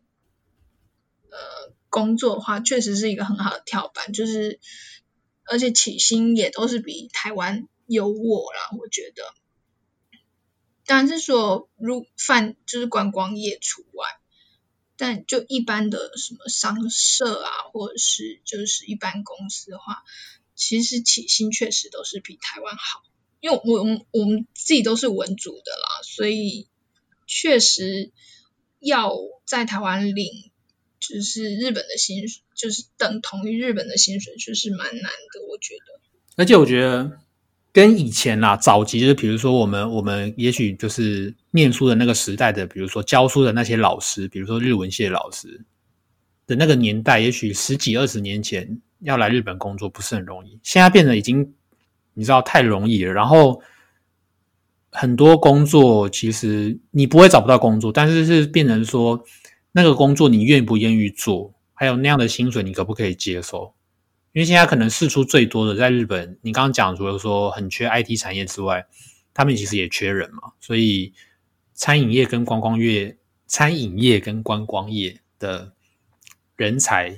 工作的话，确实是一个很好的跳板，就是而且起薪也都是比台湾优渥啦，我觉得。当然是说就是观光业除外，但就一般的什么商社啊，或者是就是一般公司的话，其实起薪确实都是比台湾好，因为我们自己都是文组的啦，所以确实要在台湾领就是日本的薪水，就是等同于日本的薪水，就是蛮难的，我觉得。 而且我觉得跟以前啦，早期就是比如说我们也许就是念书的那个时代的，比如说教书的那些老师，比如说日文系的老师的那个年代，也许10几20年前要来日本工作不是很容易，现在变得已经你知道太容易了，然后很多工作其实你不会找不到工作，但是变成说那个工作你愿不愿意做，还有那样的薪水你可不可以接受。因为现在可能释出最多的在日本，你刚刚讲除了说很缺 IT 产业之外，他们其实也缺人嘛，所以餐饮业跟观光业的人才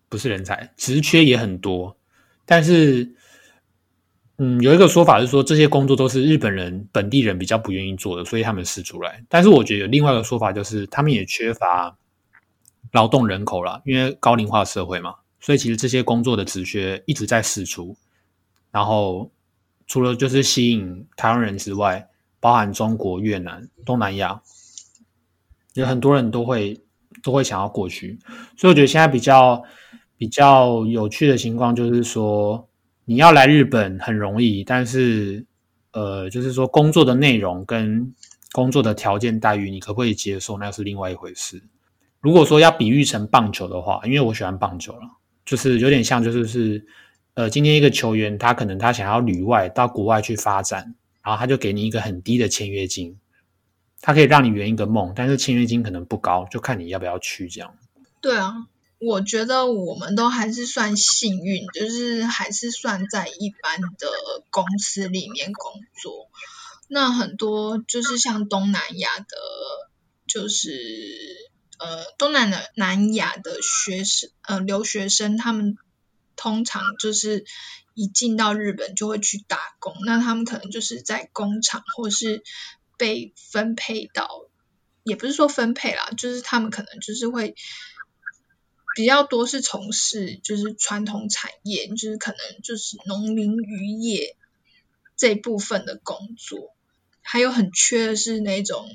不是人才，职缺也很多，但是有一个说法是说这些工作都是日本人本地人比较不愿意做的，所以他们释出来。但是我觉得有另外一个说法就是他们也缺乏劳动人口啦，因为高龄化社会嘛，所以其实这些工作的职缺一直在释出。然后除了就是吸引台湾人之外，包含中国、越南、东南亚，有很多人都会想要过去。所以我觉得现在比较有趣的情况就是说，你要来日本很容易，但是就是说工作的内容跟工作的条件待遇，你可不可以接受，那是另外一回事。如果说要比喻成棒球的话，因为我喜欢棒球了，就是有点像就是今天一个球员他可能他想要旅外到国外去发展，然后他就给你一个很低的签约金，他可以让你圆一个梦，但是签约金可能不高，就看你要不要去这样。 对啊，我觉得我们都还是算幸运，就是还是算在一般的公司里面工作。那很多就是像东南亚的，就是东南亚的留学生，他们通常就是一进到日本就会去打工，那他们可能就是在工厂或是被分配到，也不是说分配啦，就是他们可能就是会比较多是从事就是传统产业，就是可能就是农林渔业这部分的工作，还有很缺的是那种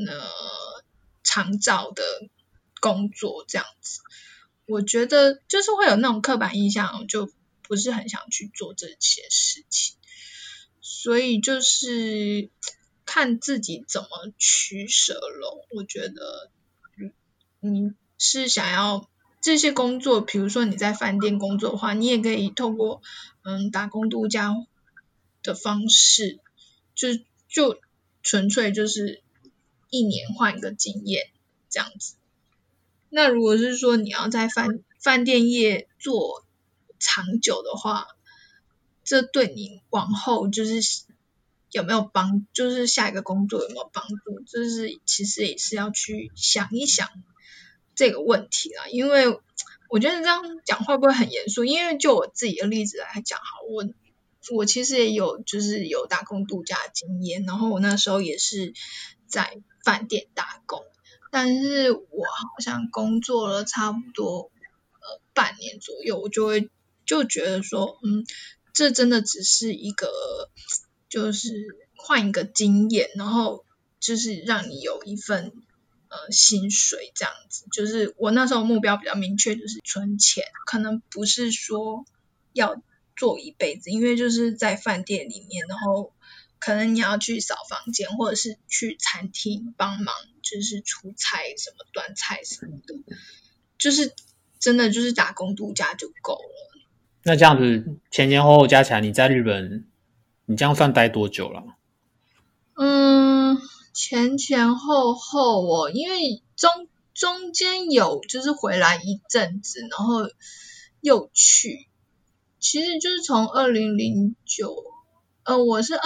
长照的工作这样子。我觉得就是会有那种刻板印象，就不是很想去做这些事情，所以就是看自己怎么取舍咯。我觉得你是想要这些工作，比如说你在饭店工作的话，你也可以透过打工度假的方式，就纯粹就是一年换一个经验这样子。那如果是说你要在饭店业做长久的话，这对你往后就是有没有就是下一个工作有没有帮助，就是其实也是要去想一想这个问题啦。因为我觉得这样讲会不会很严肃？因为就我自己的例子来讲，好，我其实也有就是有打工度假的经验，然后我那时候也是在饭店打工。但是我好像工作了差不多半年左右，我就觉得说，这真的只是一个就是换一个经验，然后就是让你有一份薪水这样子。就是我那时候目标比较明确，就是存钱，可能不是说要做一辈子，因为就是在饭店里面，然后可能你要去扫房间，或者是去餐厅帮忙，就是出菜什么端菜什么的，就是真的就是打工度假就够了。 那这样子前前后后加起来，你在日本，你这样算待多久了？ 前前后后因为中间有就是回来一阵子，然后又去，其实就是从2009，我是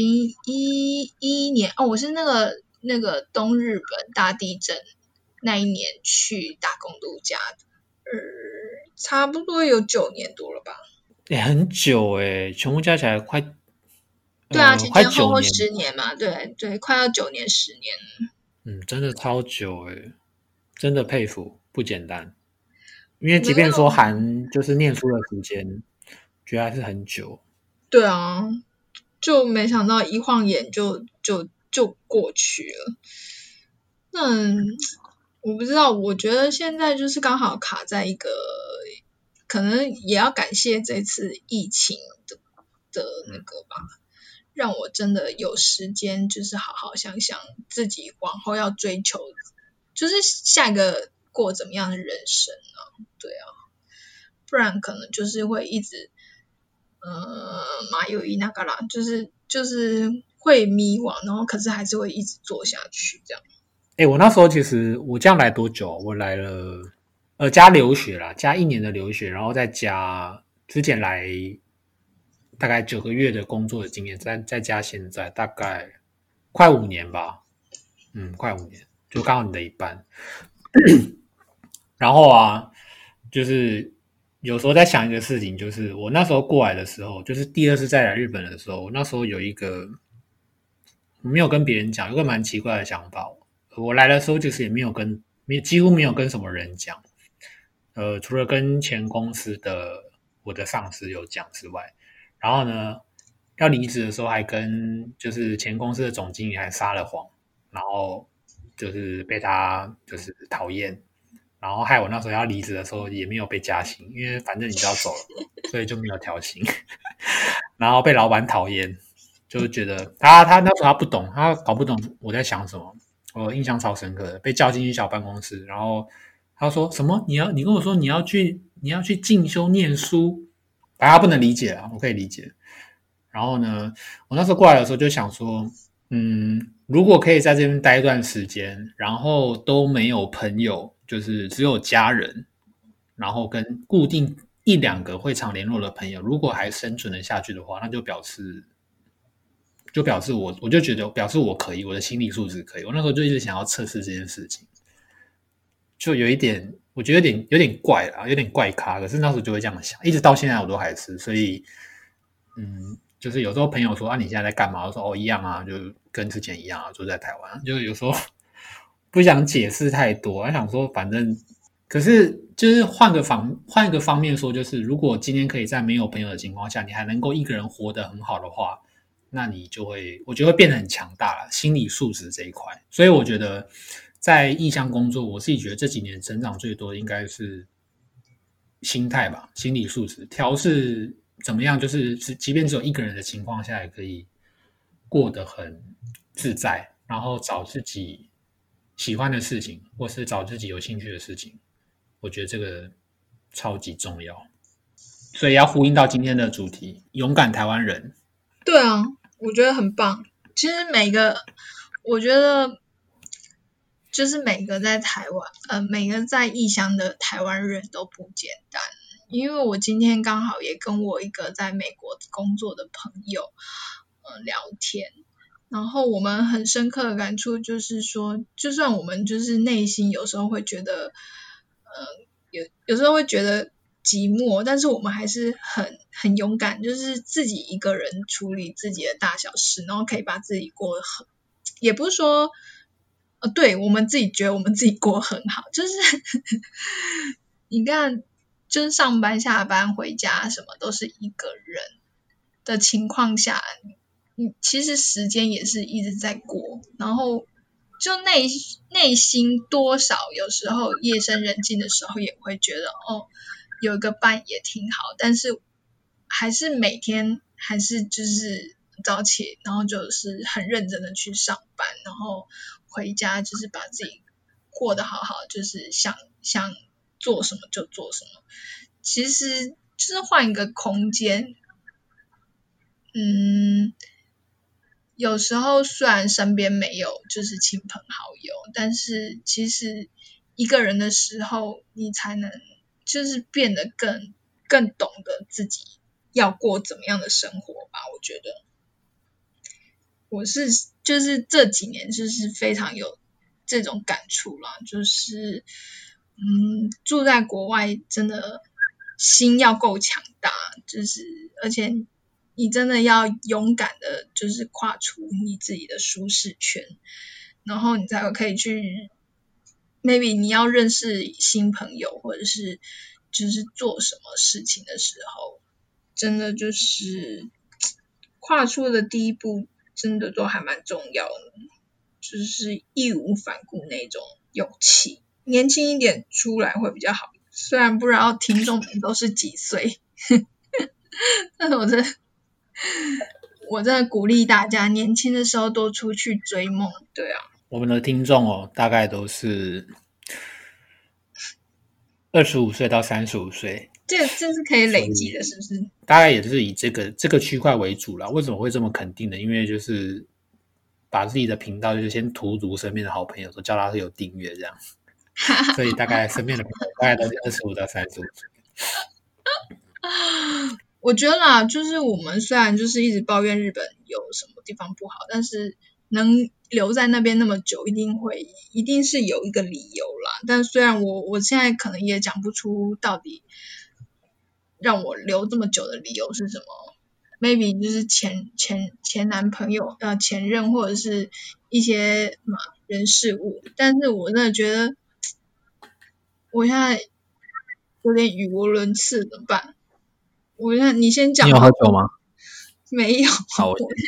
2011年，我是那个东日本大地震那一年去打工度假的，差不多有9年多了吧。 很久全部加起来对啊，前快前后后 9年， 10年嘛，对对，快要9年10年了。 真的超久真的佩服，不简单。因为即没有， 便说含就是念书的时间，觉得还是很久。 对啊，就没想到一晃眼就过去了。那我不知道，我觉得现在就是刚好卡在一个，可能也要感谢这次疫情的那个吧，让我真的有时间，就是好好想想自己往后要追求，就是下一个过怎么样的人生啊？对啊，不然可能就是会一直马有一那个啦，就是会迷惘，然后可是还是会一直做下去这样。 我那时候其实我这样来多久？我来了加留学啦，加1年的留学，然后再加之前来大概9个月的工作的经验，再加现在大概快5年吧，快5年，就刚好你的一半。然后啊，就是有时候在想一个事情，就是我那时候过来的时候，就是第二次再来日本的时候，那时候有一个没有跟别人讲，有个蛮奇怪的想法。我来的时候就是也没有几乎没有跟什么人讲，除了跟前公司的我的上司有讲之外，然后呢，要离职的时候还跟就是前公司的总经理还撒了谎，然后就是被他就是讨厌，然后害我那时候要离职的时候也没有被加薪，因为反正你就要走了嘛，所以就没有调薪，然后被老板讨厌，就觉得他那时候他不懂，他搞不懂我在想什么，我印象超深刻的，被叫进去小办公室，然后他说什么你跟我说你要去进修念书，大家不能理解啊，我可以理解。然后呢，我那时候过来的时候就想说，如果可以在这边待一段时间，然后都没有朋友，就是只有家人，然后跟固定一两个会常联络的朋友，如果还生存的下去的话，那就表示我就觉得表示我可以，我的心理素质可以。我那时候就一直想要测试这件事情，就有一点，我觉得有点怪啦，有点怪咖。可是那时候就会这样想，一直到现在我都还是。所以，就是有时候朋友说啊，你现在在干嘛？我说哦，一样啊，就跟之前一样啊，就在台湾。就有时候不想解释太多，想说反正，可是就是换一个方面说，就是如果今天可以在没有朋友的情况下，你还能够一个人活得很好的话，那你就会，我觉得会变得很强大了，心理素质这一块。所以我觉得在异乡工作，我自己觉得这几年成长最多的应该是心态吧，心理素质调试怎么样，就是即便只有一个人的情况下，也可以过得很自在，然后找自己喜欢的事情，或是找自己有兴趣的事情，我觉得这个超级重要。所以要呼应到今天的主题，勇敢台湾人。 对啊，我觉得很棒。其实我觉得就是每个在台湾，每个在异乡的台湾人都不简单。因为我今天刚好也跟我一个在美国工作的朋友，聊天，然后我们很深刻的感触就是说，就算我们就是内心有时候会觉得，有时候会觉得寂寞，但是我们还是很勇敢，就是自己一个人处理自己的大小事，然后可以把自己过得很，也不是说。对，我们自己觉得我们自己过很好，就是你看，就是上班、下班、回家什么都是一个人的情况下，你其实时间也是一直在过，然后就内心多少有时候夜深人静的时候也会觉得有一个伴也挺好，但是还是每天还是就是早起，然后就是很认真的去上班，然后回家就是把自己过得好好，就是想做什么就做什么。其实就是换一个空间，有时候虽然身边没有就是亲朋好友，但是其实一个人的时候，你才能就是变得更懂得自己要过怎么样的生活吧。我觉得我是就是这几年就是非常有这种感触啦，就是住在国外真的心要够强大，就是而且你真的要勇敢的，就是跨出你自己的舒适圈，然后你才可以去 maybe 你要认识新朋友，或者是就是做什么事情的时候，真的就是跨出的第一步，真的都还蛮重要的，就是义无反顾那种勇气。年轻一点出来会比较好，虽然不知道听众们都是几岁，但是我真的鼓励大家，年轻的时候多出去追梦。对啊， 我们的听众大概都是25岁到35岁， 这是可以累积的，是不是？ 大概也是以这个区块为主啦。为什么会这么肯定呢？因为就是把自己的频道就先荼毒身边的好朋友，说叫他有订阅这样，所以大概身边的朋友大概都是25到35岁。 我觉得啦，就是我们虽然就是一直抱怨日本有什么地方不好，但是能留在那边那么久，一定是有一个理由啦。但虽然我现在可能也讲不出到底让我留这么久的理由是什么 ？maybe 就是前男朋友前任或者是一些人事物，但是我真的觉得我现在有点语无伦次，怎么办？你先讲。 你有喝酒吗？ 没有。 好，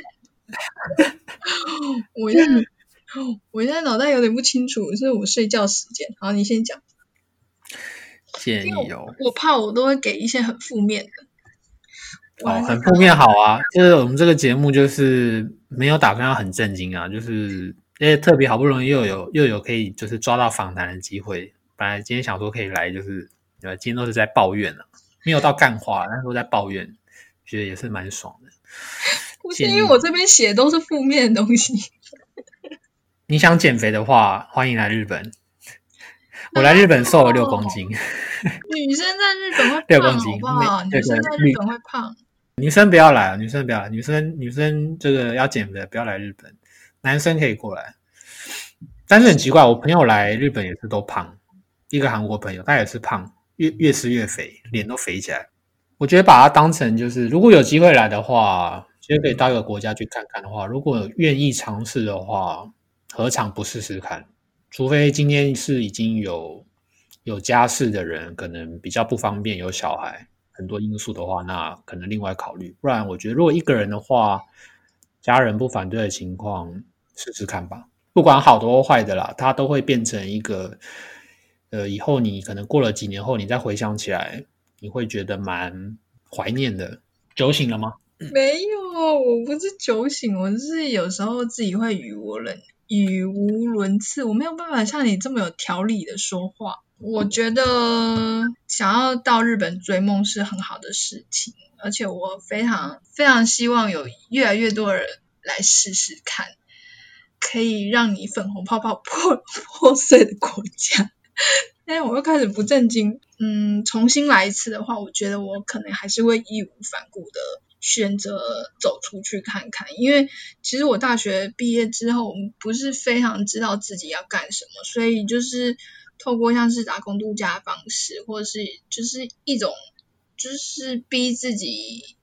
我现在脑袋有点不清楚，是我睡觉时间。好，你先讲。 建议哦。 我怕我都会给一些很负面的。 很负面好啊，就是我们这个节目就是没有打算要很震惊啊，就是因为特别好不容易又有可以就是抓到访谈的机会，本来今天想说可以来，就是今天都是在抱怨了，没有到干话，但是都在抱怨，觉得也是蛮爽的。 不是因为我这边写的都是负面的东西。 你想减肥的话，欢迎来日本。我来日本瘦了6公斤。 女生在日本会胖，6 胖， 公斤， 好不好？女生在日本会胖。 女生不要来了，女生这个要减肥不要来日本，男生可以过来。但是很奇怪，我朋友来日本也是都胖，一个韩国朋友他也是胖，越吃越肥，脸都肥起来。我觉得把它当成就是，如果有机会来的话，其实可以到一个国家去看看的话，如果愿意尝试的话，何尝不试试看？除非今天是已经有家室的人，可能比较不方便，有小孩。很多因素的话，那可能另外考虑。不然，我觉得如果一个人的话，家人不反对的情况，试试看吧。不管好的或坏的啦，它都会变成一个，以后你可能过了几年后，你再回想起来，你会觉得蛮怀念的。酒醒了吗？ 没有，我不是酒醒，我是有时候自己会语无伦次，我没有办法像你这么有条理的说话。我觉得想要到日本追梦是很好的事情，而且我非常非常希望有越来越多人来试试看，可以让你粉红泡泡破碎的国家。但是我又开始不正经，重新来一次的话，我觉得我可能还是会义无反顾的选择走出去看看，因为其实我大学毕业之后，我们不是非常知道自己要干什么，所以就是透过像是打工度假的方式，或者是就是一种就是逼自己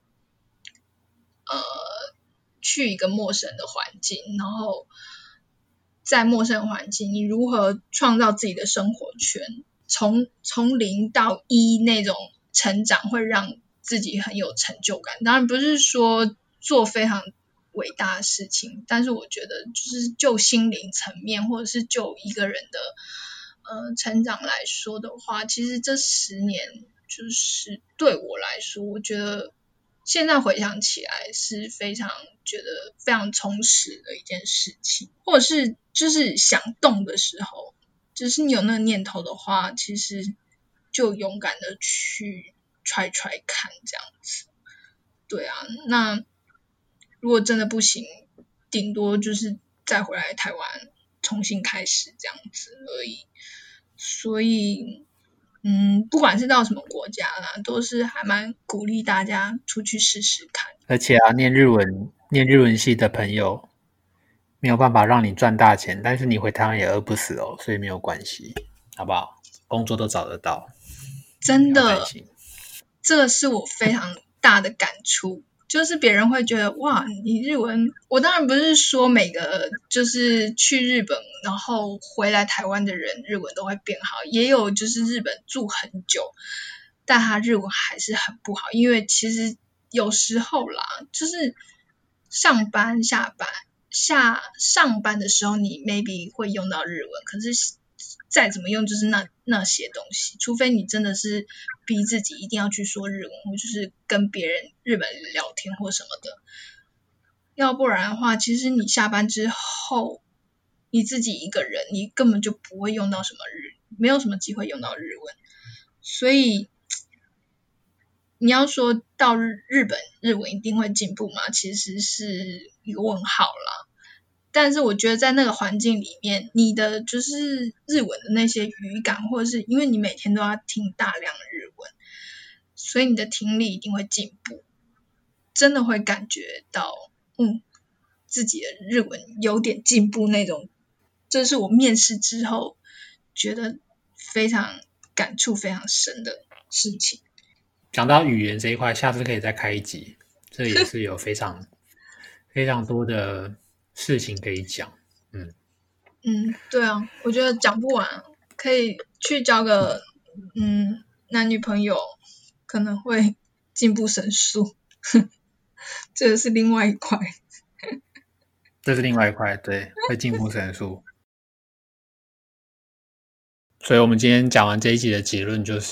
去一个陌生的环境，然后在陌生的环境，你如何创造自己的生活圈，从0到1那种成长会让自己很有成就感。当然不是说做非常伟大的事情，但是我觉得就是就心灵层面或者是就一个人的成长来说的话，其实这10年就是对我来说，我觉得现在回想起来是非常觉得非常充实的一件事情，或者是就是想动的时候，就是你有那个念头的话，其实就勇敢的去try看这样子。对啊，那如果真的不行，顶多就是再回来台湾重新开始这样子而已。所以不管是到什么国家啦，都是还蛮鼓励大家出去试试看。 而且念日文系的朋友没有办法让你赚大钱，但是你回台湾也饿不死哦，所以没有关系，好不好？工作都找得到， 真的，这个是我非常大的感触。就是别人会觉得哇，你日文，我当然不是说每个就是去日本然后回来台湾的人日文都会变好，也有就是日本住很久，但他日文还是很不好，因为其实有时候啦，就是上班上班的时候你 maybe 会用到日文，可是再怎么用就是那些东西，除非你真的是逼自己一定要去说日文，或就是跟别人日本人聊天或什么的，要不然的话，其实你下班之后你自己一个人，你根本就不会用到什么没有什么机会用到日文，所以你要说到日本日文一定会进步吗？其实是一个问号啦。但是我觉得在那个环境里面，你的就是日文的那些语感，或者是因为你每天都要听大量的日文，所以你的听力一定会进步，真的会感觉到自己的日文有点进步那种。这是我面试之后觉得非常感触非常深的事情。 讲到语言这一块，下次可以再开一集，这也是有非常非常多的事情可以讲。 对啊，我觉得讲不完，可以去交个男女朋友，可能会进步神速，这是另外一块。 这是另外一块，对，会进步神速。所以我们今天讲完这一集的结论就是，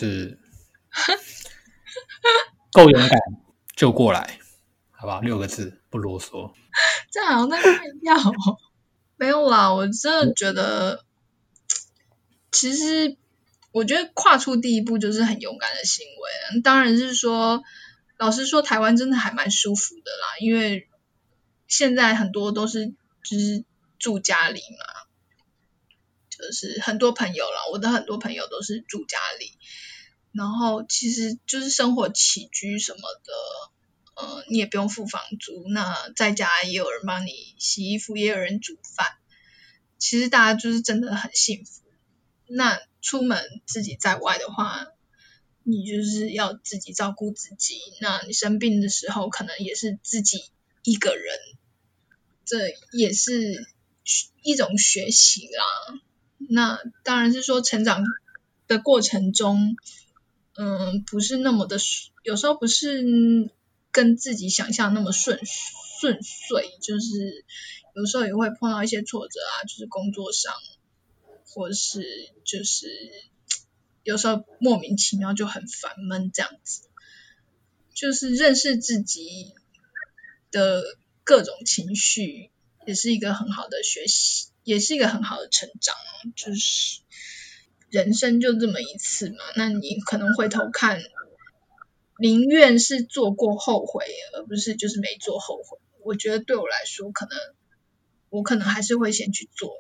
够勇敢就过来，好不好？6个字，不啰嗦。 这好像在卖药。没有啦，我真的觉得，其实我觉得跨出第一步就是很勇敢的行为。当然是说，老实说，台湾真的还蛮舒服的啦，因为现在很多都是就是住家里嘛，就是很多朋友啦，我的很多朋友都是住家里，然后其实就是生活起居什么的，你也不用付房租，那在家也有人帮你洗衣服，也有人煮饭，其实大家就是真的很幸福。那出门自己在外的话，你就是要自己照顾自己，那你生病的时候可能也是自己一个人，这也是一种学习啦。那当然是说成长的过程中，不是那么的，有时候不是跟自己想象那么顺遂，就是有时候也会碰到一些挫折啊，就是工作上，或是就是有时候莫名其妙就很烦闷这样子，就是认识自己的各种情绪，也是一个很好的学习，也是一个很好的成长。就是人生就这么一次嘛，那你可能回头看，宁愿是做过后悔，而不是就是没做后悔。我觉得对我来说，我可能还是会先去做。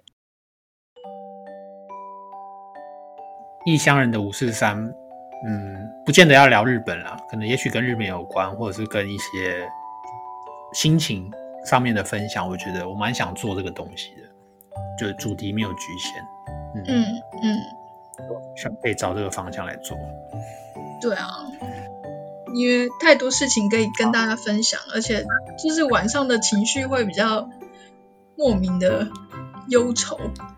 异乡人的543，不见得要聊日本啦，可能也许跟日本有关，或者是跟一些心情上面的分享，我觉得我蛮想做这个东西的，就是主题没有局限。想可以照这个方向来做。 对啊，因为太多事情可以跟大家分享，而且就是晚上的情绪会比较莫名的忧愁。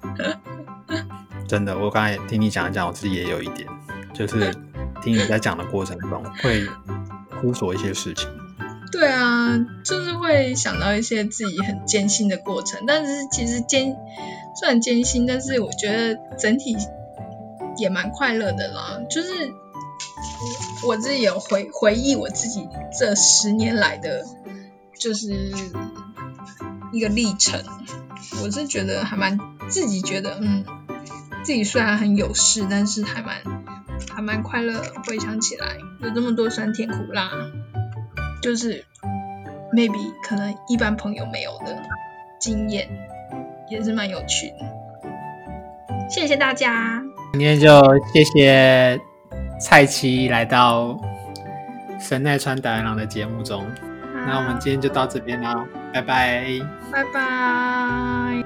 真的，我刚才听你讲一讲，我自己也有一点，就是听你在讲的过程中会思索一些事情。 对啊，就是会想到一些自己很艰辛的过程，但是其实虽然艰辛，但是我觉得整体也蛮快乐的啦。就是我自己有回忆我自己这10年来的就是一个历程，我是觉得自己觉得自己虽然很有事，但是还蛮快乐。回想起来，有这么多酸甜苦辣，就是 maybe 可能一般朋友没有的经验，也是蛮有趣的。谢谢大家， 今天就谢谢蔡琪来到神奈川达人郎的节目中。那我们今天就到这边啦，拜拜， 拜拜。